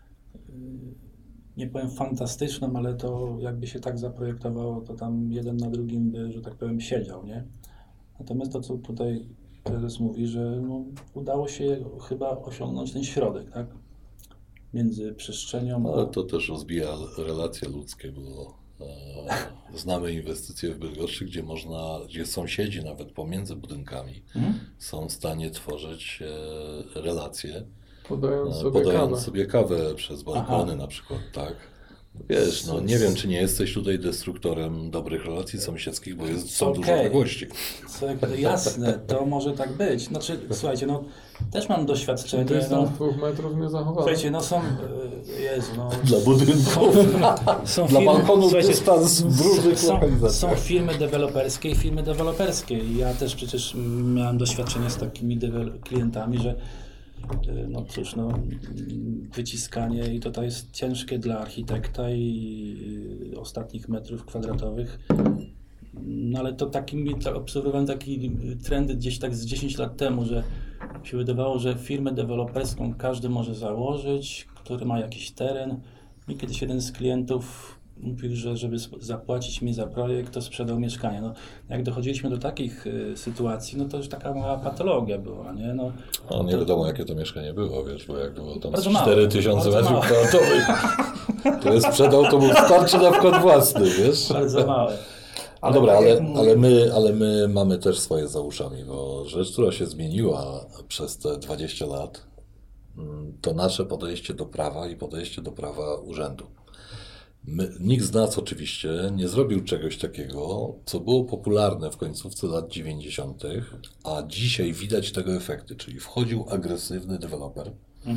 nie powiem fantastyczną, ale to jakby się tak zaprojektowało, to tam jeden na drugim by, że tak powiem, siedział, nie? Natomiast to, co tutaj prezes mówi, że no, udało się chyba osiągnąć ten środek, tak? Między przestrzenią Ale to też rozbija relacje ludzkie, bo znamy inwestycje w Bydgoszczy, gdzie sąsiedzi nawet pomiędzy budynkami są w stanie tworzyć relacje, Podając sobie kawę przez balkony na przykład, tak? Wiesz, no nie wiem, czy nie jesteś tutaj destruktorem dobrych relacji sąsiedzkich, bo są duże odległości. Jasne, to może tak być. Znaczy, słuchajcie, no też mam doświadczenie. Dystans 2 metrów nie zachowano. Słuchajcie, no są... Jezu, no... Dla budynków, Są dla balkonów słuchajcie, dystans w różnych są lokalizacjach. firmy deweloperskie i firmy deweloperskie. I ja też przecież miałem doświadczenie z takimi klientami, że no cóż, no wyciskanie i to jest ciężkie dla architekta i ostatnich metrów kwadratowych. No ale to obserwowałem taki trend gdzieś tak z 10 lat temu, że się wydawało, że firmę deweloperską każdy może założyć, który ma jakiś teren. I kiedyś jeden z klientów mówił, że żeby zapłacić mi za projekt, to sprzedał mieszkanie. No, jak dochodziliśmy do takich sytuacji, no to już taka mała patologia była, nie? No, Nie wiadomo, jakie to mieszkanie było, wiesz, bo jak było tam Bardzo 4000 mało, metrów kwadratowych, to sprzedał, to był starczy na wkład własny, wiesz? bardzo małe. No dobra, ale my mamy też swoje za uszami, bo rzecz, która się zmieniła przez te 20 lat, to nasze podejście do prawa i podejście do prawa urzędu. Nikt z nas oczywiście nie zrobił czegoś takiego, co było popularne w końcówce lat 90., a dzisiaj widać tego efekty, czyli wchodził agresywny deweloper,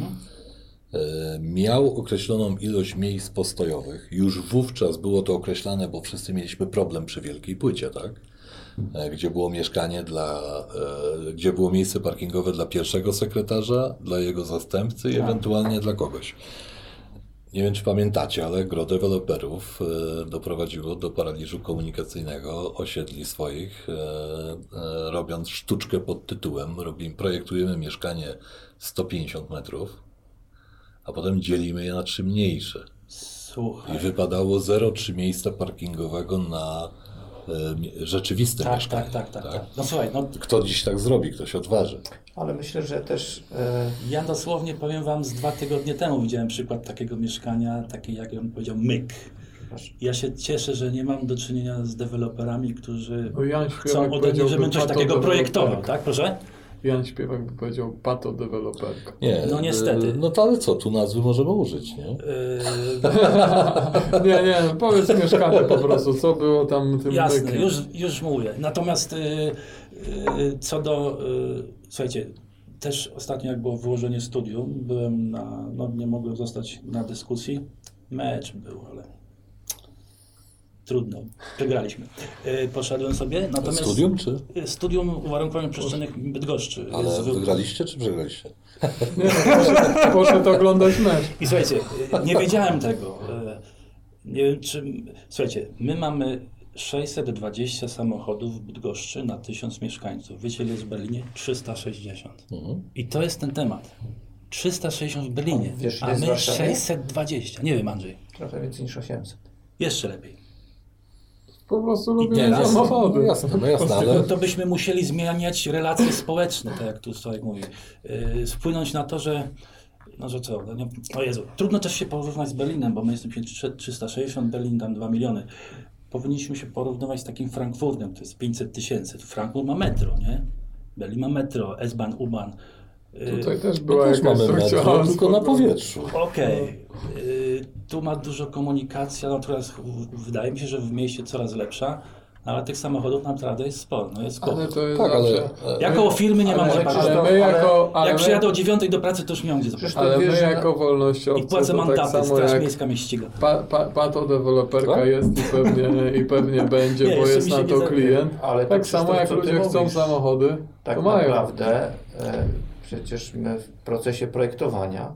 miał określoną ilość miejsc postojowych, już wówczas było to określane, bo wszyscy mieliśmy problem przy Wielkiej Płycie, tak? Gdzie było mieszkanie gdzie było miejsce parkingowe dla pierwszego sekretarza, dla jego zastępcy i ewentualnie dla kogoś. Nie wiem, czy pamiętacie, ale gro deweloperów doprowadziło do paraliżu komunikacyjnego osiedli swoich, robiąc sztuczkę pod tytułem projektujemy mieszkanie 150 metrów, a potem dzielimy je na 3 mniejsze. Słuchaj. I wypadało 0,3 miejsca parkingowego na rzeczywiste mieszkanie. Tak. No słuchaj, no... Kto dziś tak zrobi? Kto się odważy? Ale myślę, że też... Ja dosłownie powiem wam, z 2 tygodnie temu widziałem przykład takiego mieszkania, taki jak on powiedział, myk. Ja się cieszę, że nie mam do czynienia z deweloperami, którzy chcą ode mnie, żebym coś takiego projektował, tak? Proszę? Jan Śpiewak by powiedział patodeweloperka. Nie, no niestety. No to ale co, tu nazwy możemy użyć, nie? Nie, powiedz mieszkanie po prostu, co było tam tym Jasne, mykiem. już mówię. Natomiast co do, słuchajcie, też ostatnio jak było wyłożenie studium, byłem nie mogłem zostać na dyskusji, mecz był, ale trudno, przegraliśmy. Poszedłem sobie, natomiast... Studium, czy? Studium uwarunkowań przestrzennych Bydgoszczy. Ale wygraliście, czy przegraliście? Nie, poszedł oglądać mecz. I słuchajcie, nie wiedziałem tego. Nie wiem, czy... Słuchajcie, my mamy 620 samochodów w Bydgoszczy na 1000 mieszkańców. Wiecie, ile jest w Berlinie? 360. I to jest ten temat. 360 w Berlinie, Wiesz, a ile jest w my Warszawie? 620. Nie wiem, Andrzej. Trochę więcej niż 800. Jeszcze lepiej. Po prostu lubię teraz- samochody. No jasne, ale To byśmy musieli zmieniać relacje społeczne, tak jak tu Sławek mówi. Wpłynąć na to, że co, o Jezu, trudno też się porównać z Berlinem, bo my jesteśmy 360, Berlin tam 2 miliony. Powinniśmy się porównywać z takim Frankfurtem, to jest 500 tysięcy. Frankfurt ma metro, nie? Berlin ma metro, S-Bahn, U-Bahn. Tutaj też my była też jakaś mamy metro, sekcja tylko na powietrzu. Okej. Tu ma dużo komunikacja, no teraz wydaje mi się, że w mieście coraz lepsza, ale tych samochodów naprawdę jest sporo, no jest sporo. Ale to jest Tak, ale zawsze... Ja koło firmy nie mam gdzie Ale parkować. my jako... Jak my- przyjadę o 9 do pracy, to już nie mam gdzie zaparkować. Krzysztof, Ale my wiesz, że- jako I wolnościowcy płacę to tak mandaty, samo Straż jak Miejska mnie ściga. patodeweloperka Tak? jest i pewnie będzie, Nie, bo jeszcze jest mi się na nie to zdaje. klient. Ale to Tak samo Krzysztof, jak co ty ludzie chcą mówisz? samochody, Tak to mają. naprawdę przecież my w procesie projektowania,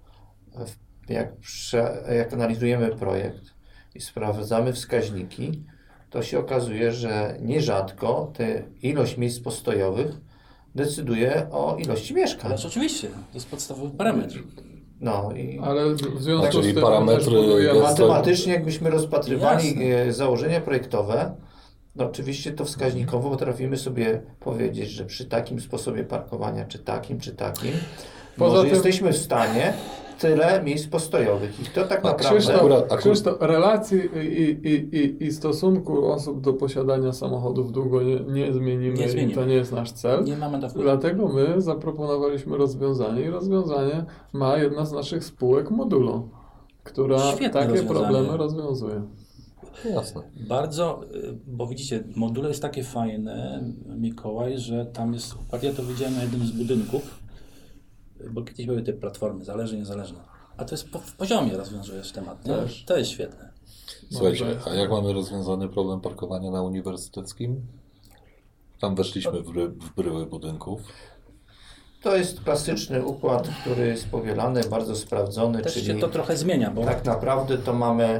jak analizujemy projekt i sprawdzamy wskaźniki, to się okazuje, że nierzadko ilość miejsc postojowych decyduje o ilości mieszkań. Ale oczywiście, to jest podstawowy parametr. No i Ale w związku Czyli z tym parametry też budujemy... gęsto- matematycznie, jakbyśmy rozpatrywali Jasne. założenia projektowe, no oczywiście to wskaźnikowo potrafimy sobie powiedzieć, że przy takim sposobie parkowania, czy takim, Poza może tym- jesteśmy w stanie tyle miejsc postojowych. I to tak A naprawdę... Krzysztof, relacji i stosunku osób do posiadania samochodów długo nie zmienimy Nie zmienimy. i to nie jest nasz cel. Nie mamy na wpływu. Dlatego my zaproponowaliśmy rozwiązanie i rozwiązanie ma jedna z naszych spółek Modulo, która Świetne takie rozwiązanie. problemy rozwiązuje. jasne. Bardzo, bo widzicie, module jest takie fajne, Mikołaj, że tam jest, ja to widziałem na jednym z budynków, bo kiedyś były te platformy, zależne, niezależne. A to jest w poziomie rozwiązujesz temat, nie? Też. To jest świetne. Słuchajcie, Dobrze. a jak mamy rozwiązany problem parkowania na uniwersyteckim? Tam weszliśmy w bryły budynków. To jest klasyczny układ, który jest powielany, bardzo sprawdzony, Też czyli się to trochę zmienia, bo tak naprawdę to mamy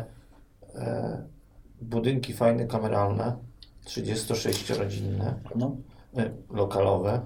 budynki fajne, kameralne, 36-rodzinne, no, lokalowe,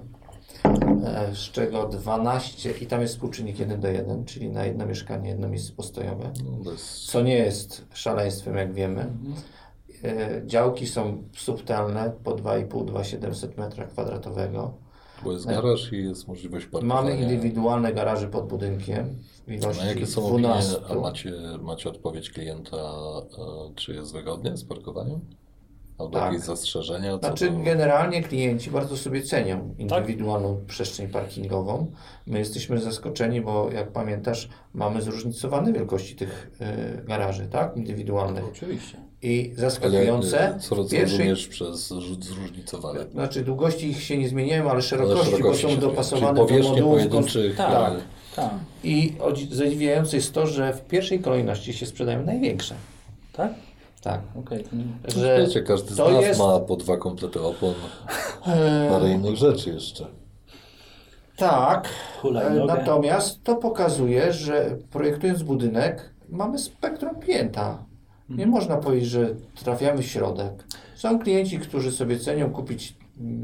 z czego 12 i tam jest współczynnik 1:1, czyli na jedno mieszkanie, jedno miejsce postojowe, No, to jest, co nie jest szaleństwem, jak wiemy. Działki są subtelne, po 2,5-2,700 m². bo jest garaż i jest możliwość parkowania. Mamy indywidualne garaże pod budynkiem w ilości A jakie są opinie, 12. a macie odpowiedź klienta, czy jest wygodnie z parkowaniem? Albo Tak. jakieś zastrzeżenia? Co Znaczy do... generalnie klienci bardzo sobie cenią indywidualną przestrzeń parkingową. My jesteśmy zaskoczeni, bo jak pamiętasz, mamy zróżnicowane wielkości tych garaży, tak? Indywidualnych. oczywiście. I Ale zaskakujące, co w pierwszej, rozumiesz przez zróżnicowane? znaczy długości ich się nie zmieniają, ale szerokości, bo są się dopasowane Czyli do powierzchnie modułów. pojedynczych... Tak. Tak, I zadziwiające jest to, że w pierwszej kolejności się sprzedają największe. tak? Tak. Okej. Że Wiecie, każdy z to nas jest- ma po 2 komplety opon, parę innych rzeczy jeszcze. Tak, Hulajnogę. natomiast to pokazuje, że projektując budynek mamy spektrum klienta. Nie można powiedzieć, że trafiamy w środek. Są klienci, którzy sobie cenią kupić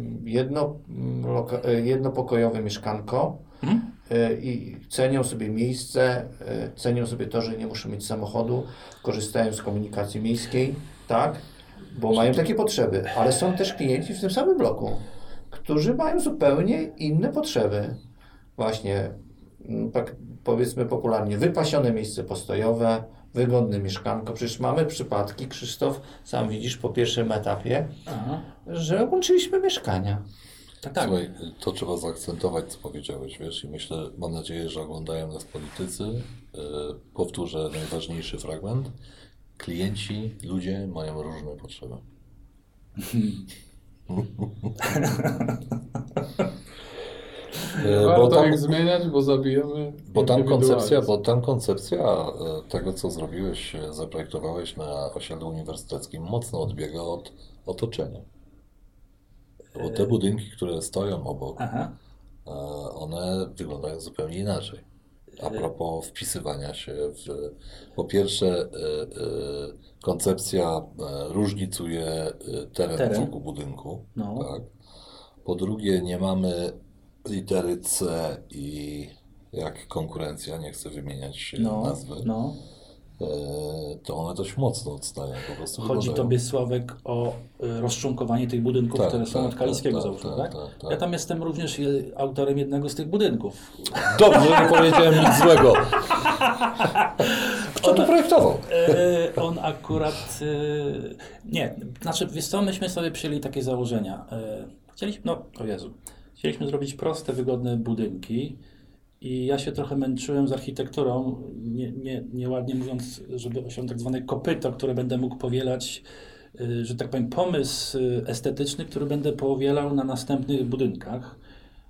jednopokojowe mieszkanko i cenią sobie miejsce, cenią sobie to, że nie muszą mieć samochodu, korzystają z komunikacji miejskiej, tak? Bo mają takie potrzeby, ale są też klienci w tym samym bloku, którzy mają zupełnie inne potrzeby. Właśnie, tak powiedzmy popularnie, wypasione miejsce postojowe, wygodne mieszkanko. Przecież mamy przypadki, Krzysztof, sam widzisz po pierwszym etapie, Aha. że łączyliśmy mieszkania. Tak, tak. Słuchaj, to trzeba zaakcentować, co powiedziałeś, wiesz, i myślę, mam nadzieję, że oglądają nas politycy. Powtórzę najważniejszy fragment. Klienci, ludzie mają różne potrzeby. Warto ich zmieniać, bo zabijemy Bo tam indywidualizm. koncepcja tego, co zrobiłeś, zaprojektowałeś na osiedlu uniwersyteckim, mocno odbiega od otoczenia. Bo te budynki, które stoją obok, Aha. one wyglądają zupełnie inaczej. A propos wpisywania się po pierwsze, koncepcja różnicuje teren wokół budynku. No. Tak? Po drugie, nie mamy litery C i jak konkurencja, nie chcę wymieniać nazwy. No. to one dość mocno odstają. Po prostu Chodzi wyglądają. tobie, Sławek, o rozczłonkowanie tych budynków, Tak, które są tak, od Kaliskiego, tak, załóżmy, tak, tak? tak, tak. Ja tam jestem również autorem jednego z tych budynków. Dobrze, nie powiedziałem nic złego. Kto to projektował? On akurat... nie, znaczy, wiesz co, myśmy sobie przyjęli takie założenia. Chcieliśmy zrobić proste, wygodne budynki i ja się trochę męczyłem z architekturą, nieładnie mówiąc, żeby osiągnąć tak zwane kopyto, które będę mógł powielać, że tak powiem, pomysł estetyczny, który będę powielał na następnych budynkach.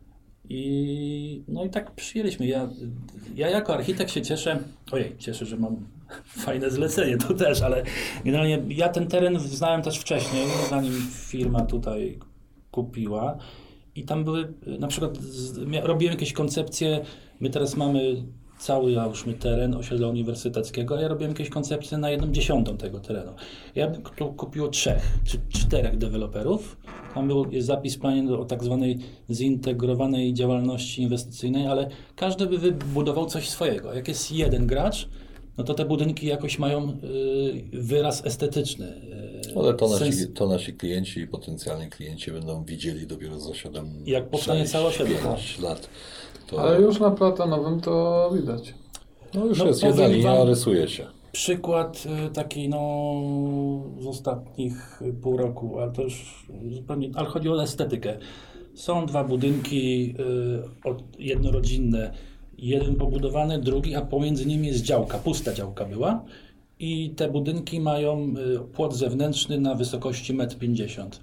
I tak przyjęliśmy. Ja jako architekt się cieszę, że mam fajne zlecenie, to też, ale generalnie ja ten teren znałem też wcześniej, zanim firma tutaj kupiła i tam były, na przykład robiłem jakieś koncepcje, my teraz mamy cały, załóżmy, teren osiedla uniwersyteckiego, a ja robiłem jakieś koncepcje na 1/10 tego terenu. Ja tu kupiło 3 czy 4 deweloperów. Tam jest zapis w planie o tak zwanej zintegrowanej działalności inwestycyjnej, ale każdy by wybudował coś swojego. Jak jest jeden gracz, no to te budynki jakoś mają wyraz estetyczny. Ale to nasi klienci i potencjalni klienci będą widzieli dopiero za 7 Jak powstanie całe osiedle. 5 lat. To... Ale już na Platonowym to widać. No już No, jest jedna powiem linia, wam- rysuje się. Przykład taki z ostatnich pół roku, ale to już zupełnie, ale chodzi o estetykę. Są 2 budynki jednorodzinne, jeden pobudowany, drugi, a pomiędzy nimi jest działka, pusta działka była i te budynki mają płot zewnętrzny na wysokości 1,50 m.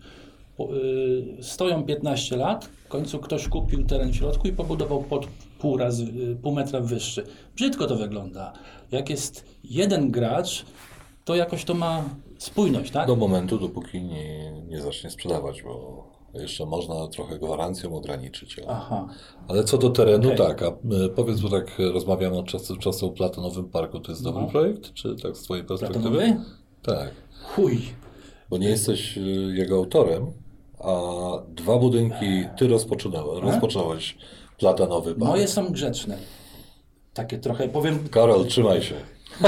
Stoją 15 lat, w końcu ktoś kupił teren w środku i pobudował pod pół metra wyższy. Brzydko to wygląda. Jak jest jeden gracz, to jakoś to ma spójność, tak? Do momentu, dopóki nie zacznie sprzedawać, bo jeszcze można trochę gwarancją ograniczyć. Aha. Ale co do terenu, Okej. tak. A powiedz, bo tak rozmawiamy od czasu do czasu o Platonowym Parku. To jest dobry projekt? Czy tak z twojej perspektywy? Platonowy? Tak. Chuj. Bo nie jesteś jego autorem, a 2 budynki ty rozpocząłeś Platonowy Park. Moje są grzeczne. Takie trochę, powiem... Karol, trzymaj się.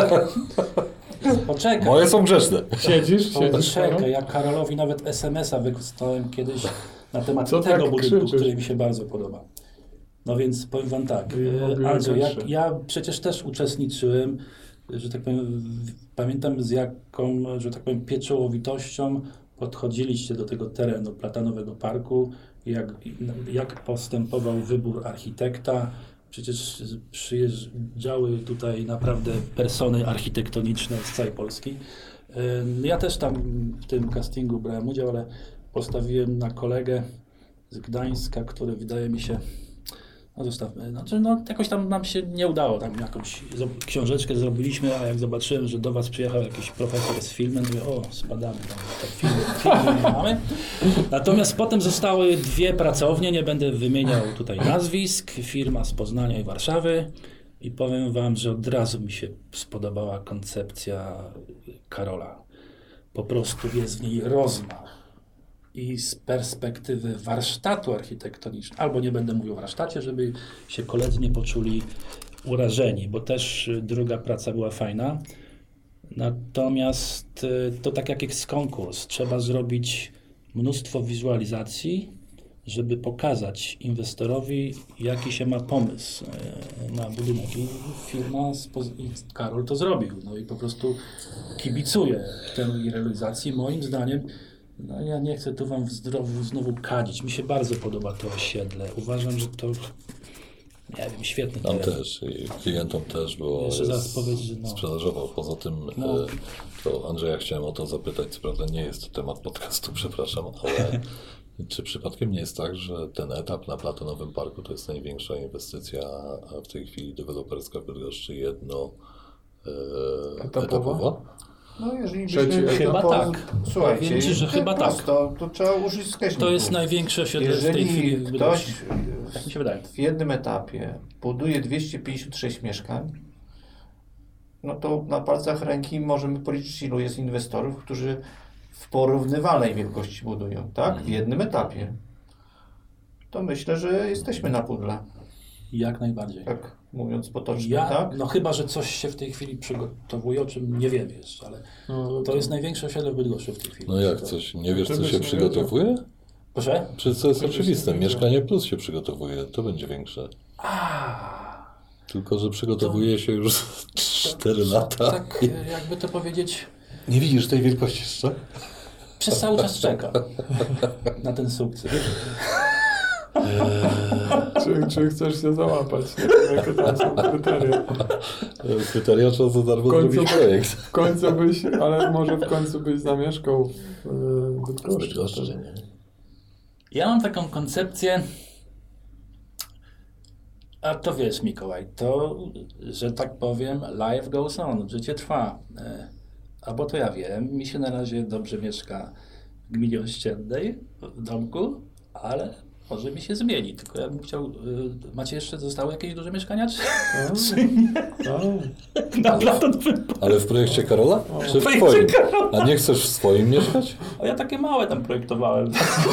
Poczekaj. Moje są grzeczne. Siedzisz? Poczekaj, ja Karolowi nawet SMS-a wysłałem kiedyś na temat Co tego tak budynku, krzyczysz? który mi się bardzo podoba. No więc powiem wam tak, Mówiłem Andrzej, zawsze. ja przecież też uczestniczyłem, że tak powiem, pamiętam z jaką, że tak powiem, pieczołowitością podchodziliście do tego terenu Platonowego Parku, jak postępował wybór architekta. Przecież przyjeżdżały tutaj naprawdę persony architektoniczne z całej Polski. Ja też tam w tym castingu brałem udział, ale postawiłem na kolegę z Gdańska, który wydaje mi się, zostawmy, jakoś tam nam się nie udało, tam jakąś książeczkę zrobiliśmy, a jak zobaczyłem, że do was przyjechał jakiś profesor z filmem, to mówię, spadamy tam, filmy nie mamy. Natomiast potem zostały 2 pracownie, nie będę wymieniał tutaj nazwisk, firma z Poznania i Warszawy i powiem wam, że od razu mi się spodobała koncepcja Karola. Po prostu jest w niej rozmach. I z perspektywy warsztatu architektonicznego, albo nie będę mówił o warsztacie, żeby się koledzy nie poczuli urażeni, bo też druga praca była fajna. Natomiast to tak jak jest konkurs, trzeba zrobić mnóstwo wizualizacji, żeby pokazać inwestorowi, jaki się ma pomysł na budynek. I firma, i Karol to zrobił. No i po prostu kibicuję tej realizacji. Moim zdaniem, ja nie chcę tu wam znowu kadzić. Mi się bardzo podoba to osiedle. Uważam, że to, nie wiem, świetny Nam teren. też i klientom też, bo Jeszcze zaraz powiedzieć, że sprzedażowo. Poza tym, to Andrzeja chciałem o to zapytać, co prawda nie jest to temat podcastu, przepraszam, ale czy przypadkiem nie jest tak, że ten etap na Platonowym Parku to jest największa inwestycja w tej chwili deweloperska w Bydgoszczy etapowa? No jeżeli Trzeci byśmy... Chyba tak. Słuchajcie, Powiem ci, że chyba tak. prosto, to trzeba użyć wskaźników. To jest największe osiedle w tej chwili Jeżeli w ktoś Bydgoszczy. Tak mi się wydaje. w jednym etapie buduje 256 mieszkań, no to na palcach ręki możemy policzyć, ilu jest inwestorów, którzy w porównywalnej wielkości budują, tak? W jednym etapie. To myślę, że jesteśmy na pudle. Jak najbardziej. Tak, mówiąc potocznie, Ja, tak? no chyba, że coś się w tej chwili przygotowuje, o czym nie wiem jeszcze, ale No, to jest największe osiedle w Bydgoszczy w tej chwili. No jak coś, nie wiesz, co Żebyś się nie przygotowuje? Proszę? Przecież to jest Żebyś oczywiste, nie wiedział. Mieszkanie Plus się przygotowuje, to będzie większe. Tylko, że przygotowuje się już 4 lata. Tak, jakby to powiedzieć, Nie widzisz tej wielkości jeszcze? przez cały czas czeka na ten sukces. Czy chcesz się załapać? Jakie tam są kryteria? Kryteria trzeba za darmo W końcu- zrobić projekt. W końcu byś, ale może w końcu byś zamieszkał w Bydgoszczy. Bydgoszczy, nie? Ja mam taką koncepcję, a to wiesz, Mikołaj, to, że tak powiem, life goes on, życie trwa. Albo to ja wiem, mi się na razie dobrze mieszka w gminie Ościennej, w domku, ale może mi się zmieni. Tylko ja bym chciał, macie jeszcze, zostały jakieś duże mieszkania? Czy A, na to Ale w projekcie Karola? Czy w twoim? A nie chcesz w swoim mieszkać? A ja takie małe tam projektowałem.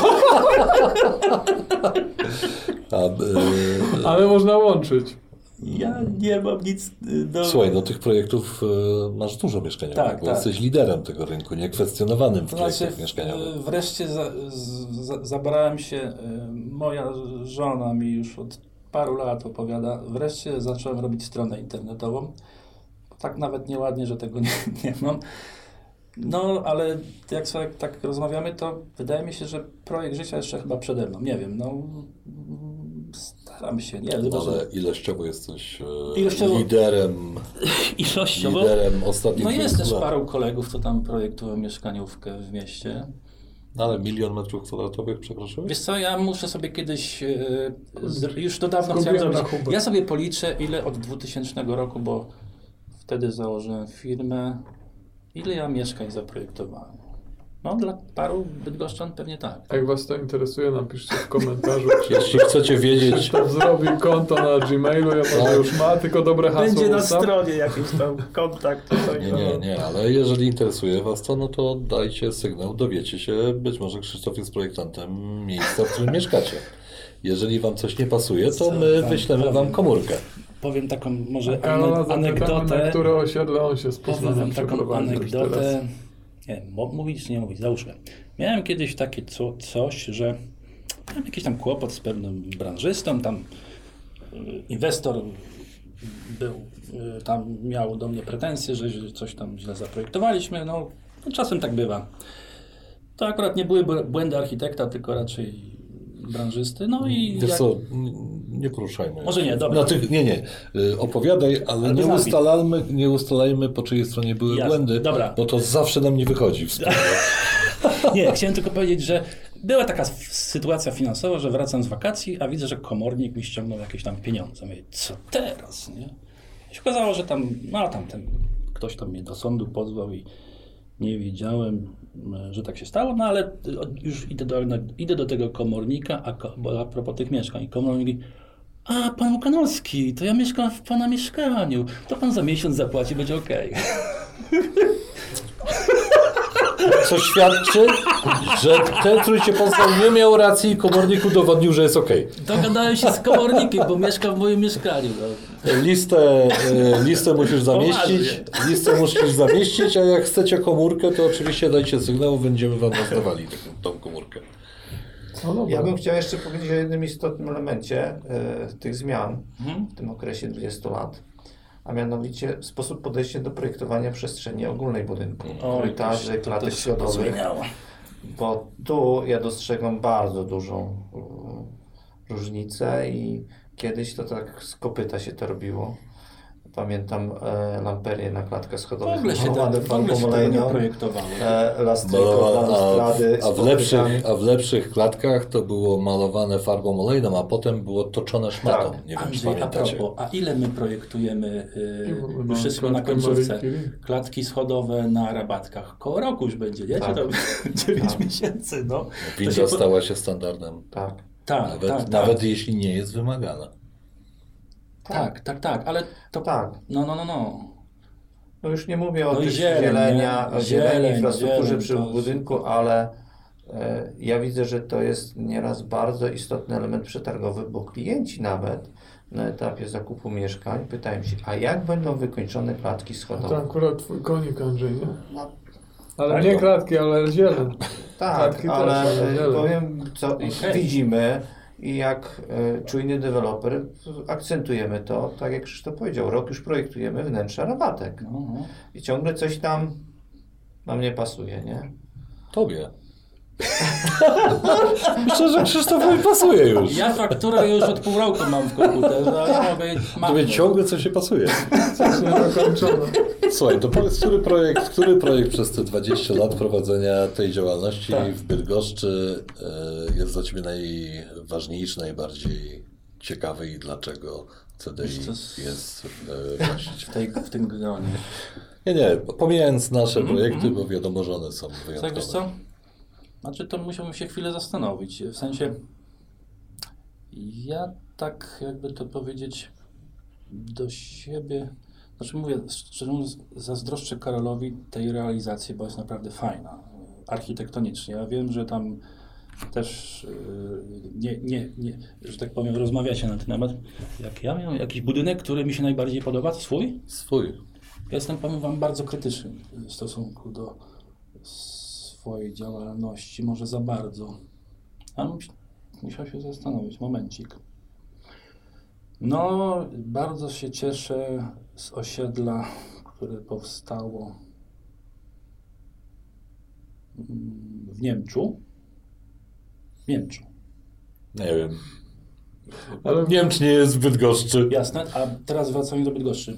ale można łączyć. Ja nie mam nic do... Słuchaj, do tych projektów masz dużo mieszkaniowych, Tak, bo tak. jesteś liderem tego rynku, niekwestionowanym w To projektach znaczy, mieszkaniowych. wreszcie zabrałem się, moja żona mi już od paru lat opowiada, wreszcie zacząłem robić stronę internetową. Tak nawet nieładnie, że tego nie mam. No, ale jak sobie tak rozmawiamy, to wydaje mi się, że projekt życia jeszcze chyba przede mną. Nie wiem, no staram się, nie wiem. Ale ilościowo jesteś Ilościowo- liderem ostatnich No jest też lat. paru kolegów, co tam projektują mieszkaniówkę w mieście. No, ale 1 000 000 metrów kwadratowych przekroczyłeś? Wiesz co, ja muszę sobie kiedyś, już to dawno Zgubiłem chciałem zrobić, rachubę. ja sobie policzę, ile od 2000 roku, bo wtedy założyłem firmę, ile ja mieszkań zaprojektowałem. No dla paru bydgoszczan pewnie tak. A jak was to interesuje, napiszcie w komentarzu. Jeśli chcecie wiedzieć, Krzysztof zrobi konto na Gmailu, ja może już ma, tylko dobre hasło ustaw. stronie jakiś tam kontakt. nie, ale jeżeli interesuje was to, no to dajcie sygnał, dowiecie się, być może Krzysztof jest projektantem miejsca, w którym mieszkacie. Jeżeli wam coś nie pasuje, to my wyślemy wam komórkę. Powiem taką może Karola zapytamy, na anegdotę. które osiedle on się z Powiem Poznaniem wam taką przeprowadził teraz. anegdotę. Nie wiem, mówić czy nie mówić, załóżmy. Miałem kiedyś takie coś, że miałem jakiś tam kłopot z pewnym branżystą, tam inwestor był, tam miał do mnie pretensje, że coś tam źle zaprojektowaliśmy, no czasem tak bywa. To akurat nie były błędy architekta, tylko raczej branżysty, no i Wiesz co, nie poruszajmy. Może nie, dobra. Nie. Opowiadaj, ale bez nie ustalajmy, po czyjej stronie były Jasne, błędy, dobra. bo to zawsze nam nie wychodzi wspólnie. Nie, chciałem tylko powiedzieć, że była taka sytuacja finansowa, że wracam z wakacji, a widzę, że komornik mi ściągnął jakieś tam pieniądze. Mówię, co teraz, nie? I się okazało, że tam, ktoś tam mnie do sądu pozwał i nie wiedziałem, że tak się stało, no ale już idę do tego komornika, bo a propos tych mieszkań. I komornik mówi, a pan Łukanowski, to ja mieszkam w pana mieszkaniu, to pan za miesiąc zapłaci, będzie okej. Co świadczy, że ten, który cię pozwał, nie miał racji i komornik udowodnił, że jest okej. Dogadałem się z komornikiem, bo mieszka w moim mieszkaniu. No. Listę musisz zamieścić, a jak chcecie komórkę, to oczywiście dajcie sygnał, będziemy wam rozdawali tą komórkę. No dobra. Ja bym chciał jeszcze powiedzieć o jednym istotnym elemencie tych zmian w tym okresie 20 lat, a mianowicie sposób podejścia do projektowania przestrzeni ogólnej budynku, korytarzy, klatek schodowych, zmieniało. bo tu ja dostrzegam bardzo dużą różnicę i kiedyś to tak z kopyta się to robiło. Pamiętam lamperię na klatkach W schodowych, ogóle się malowane tego nie farbą olejną, projektowało. lastryko, balustrady z podpytami. A w lepszych klatkach to było malowane farbą olejną, a potem było toczone szmatą. Tak. Nie wiem, czy Andrzej, a pamiętacie. propos, a ile my projektujemy, No, już jesteśmy na klatkę końcówce, Marii Curie. klatki schodowe na rabatkach? Koło roku już będzie, nie? Tak. Czy tam 9 Tak. miesięcy, no. Winda stała się standardem, Tak. Tak, nawet jeśli nie jest wymagana. tak, ale to... Tak. No. No już nie mówię o No i tych zieleń, nie? zieleni, infrastrukturze zieleń, przy to- budynku, ale ja widzę, że to jest nieraz bardzo istotny element przetargowy, bo klienci nawet na etapie zakupu mieszkań, pytałem się, a jak będą wykończone klatki To schodowe? akurat twój konik, Andrzej, nie? No, Ale Tak, nie bo- klatki, ale zieleń. tak, Klatki ale też, ale zieleń. powiem, co Okej. widzimy i jak czujny deweloper akcentujemy to, tak jak Krzysztof powiedział, rok już projektujemy wnętrza rabatek. No. I ciągle coś tam nam nie pasuje, nie? Tobie. Myślę, że Krzysztofowi pasuje już. Ja fakturę już od pół roku mam w komputerze, ale mogę jej Tobie machnąć. ciągle coś się pasuje. Coś niedokończone. Słuchaj, to powiedz, który projekt przez te 20 lat prowadzenia tej działalności w Bydgoszczy jest dla Ciebie najważniejszy, najbardziej ciekawy i dlaczego CDI jest właścicielem? W tym gronie. Nie, pomijając nasze projekty, bo wiadomo, że one są Tak, wiesz wyjątkowe. co? Znaczy to musiałbym się chwilę zastanowić. W sensie ja tak jakby to powiedzieć do siebie, znaczy mówię szczerze mówiąc, zazdroszczę Karolowi tej realizacji, bo jest naprawdę fajna architektonicznie. Ja wiem, że tam też że tak powiem, rozmawiacie na ten temat. Jak ja miałem jakiś budynek, który mi się najbardziej podoba, to swój? Swój. Ja jestem, powiem wam, bardzo krytyczny w stosunku do swojej działalności, może za bardzo. A musiał się zastanowić, momencik. No, bardzo się cieszę z osiedla, które powstało w Niemczu. Nie wiem. Ale Niemcz nie jest w Bydgoszczy. Jasne, a teraz wracając do Bydgoszczy.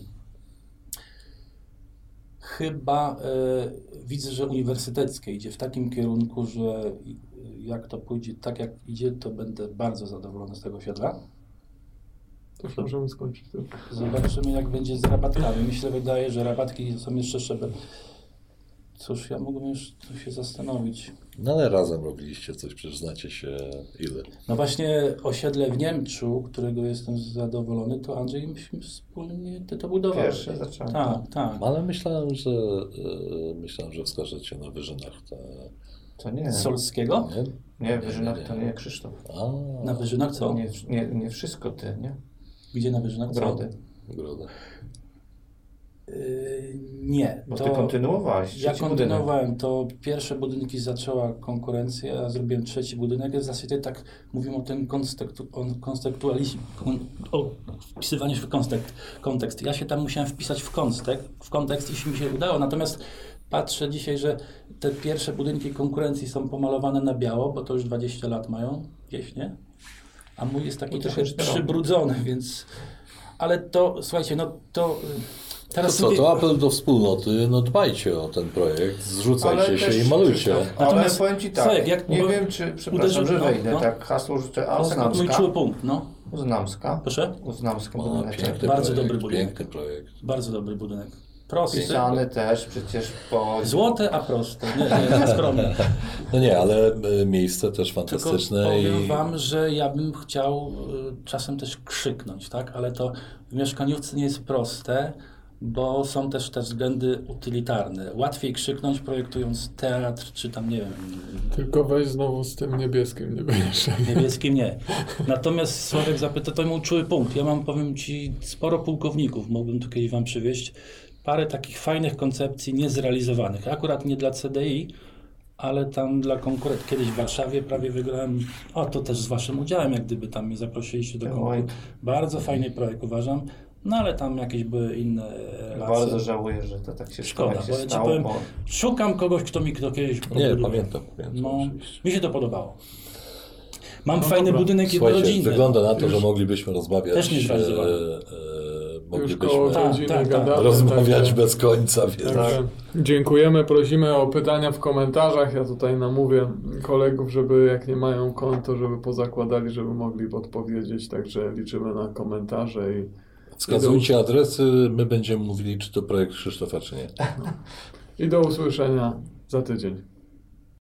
Chyba widzę, że uniwersyteckie idzie w takim kierunku, że jak to pójdzie tak jak idzie, to będę bardzo zadowolony z tego osiedla. to już możemy skończyć. Zobaczymy, jak będzie z rabatkami. Mi się wydaje, że rabatki są jeszcze szczebel. Cóż, ja mógłbym już tu się zastanowić. No ale razem robiliście coś, przecież znacie się ile. No właśnie osiedle w Niemczu, którego jestem zadowolony, to Andrzej myśmy wspólnie to budowali. Pierwsze zacząłem. Tak. Ale myślałem, że wskażecie na Wyżynach. To nie. Solskiego? Nie, Wyżynach to nie Krzysztof. Na Wyżynach co? Nie wszystko ty, nie? Gdzie na Wyżynach co? Brody. Groda. Nie. Bo ty kontynuowałeś. Ja trzeci kontynuowałem. To pierwsze budynki zaczęła konkurencja, ja zrobiłem trzeci budynek. W zasadzie tak mówimy o tym kontekstualizmie, o wpisywaniu się w kontekst. Ja się tam musiałem wpisać w kontekst i mi się udało. Natomiast patrzę dzisiaj, że te pierwsze budynki konkurencji są pomalowane na biało, bo to już 20 lat mają gdzieś, nie? A mój jest taki trochę przybrudzony, więc... Ale to, słuchajcie, no to... Teraz To apel do wspólnoty, no dbajcie o ten projekt, zrzucajcie się i malujcie. Ale Natomiast, powiem Ci tak, słuchaj, jak nie bo- wiem czy, przepraszam, że wejdę, tak hasło życzę, a mój Uznamska, czuły punkt, no. Uznamska, Proszę? Uznamska O, budyneczek. piękny Bardzo projekt, dobry budynek. piękny projekt. Bardzo dobry budynek. Prosty. Pisany też przecież po... Złote, a proste. Nie skromne. No nie, ale miejsce też Tylko fantastyczne powiem wam, że ja bym chciał czasem też krzyknąć, tak? Ale to w mieszkaniówce nie jest proste, bo są też te względy utylitarne. Łatwiej krzyknąć projektując teatr, czy tam nie wiem, Tylko weź znowu z tym niebieskim, nie będziesz. niebieskim nie. Natomiast Sławek zapyta, to mój czuły punkt. Ja mam, powiem ci, sporo pułkowników, mógłbym tu kiedyś wam przywieźć. Parę takich fajnych koncepcji niezrealizowanych. Akurat nie dla CDI, ale tam dla konkurentów. Kiedyś w Warszawie prawie wygrałem, to też z waszym udziałem, jak gdyby tam mnie zaprosiliście do konkursu. Bardzo fajny projekt uważam, no ale tam jakieś były inne relacje. Bardzo żałuję, że to tak się Szkoda, tak się bo ja ci stało, powiem, bo szukam kogoś, kto kiedyś Nie, pobuduje. pamiętam No, oczywiście. mi się to podobało. Mam No fajny dobra. budynek Słuchajcie, jednorodzinny. wygląda na to, że moglibyśmy rozmawiać. Też nie zrealizowałem. Już koło Tak, godziny tak, tak. gadamy. rozmawiać także- bez końca, więc... Także dziękujemy, prosimy o pytania w komentarzach. Ja tutaj namówię kolegów, żeby jak nie mają konto, żeby pozakładali, żeby mogli odpowiedzieć. Także liczymy na komentarze i Wskazujcie adresy, my będziemy mówili, czy to projekt Krzysztofa, czy nie. do usłyszenia za tydzień.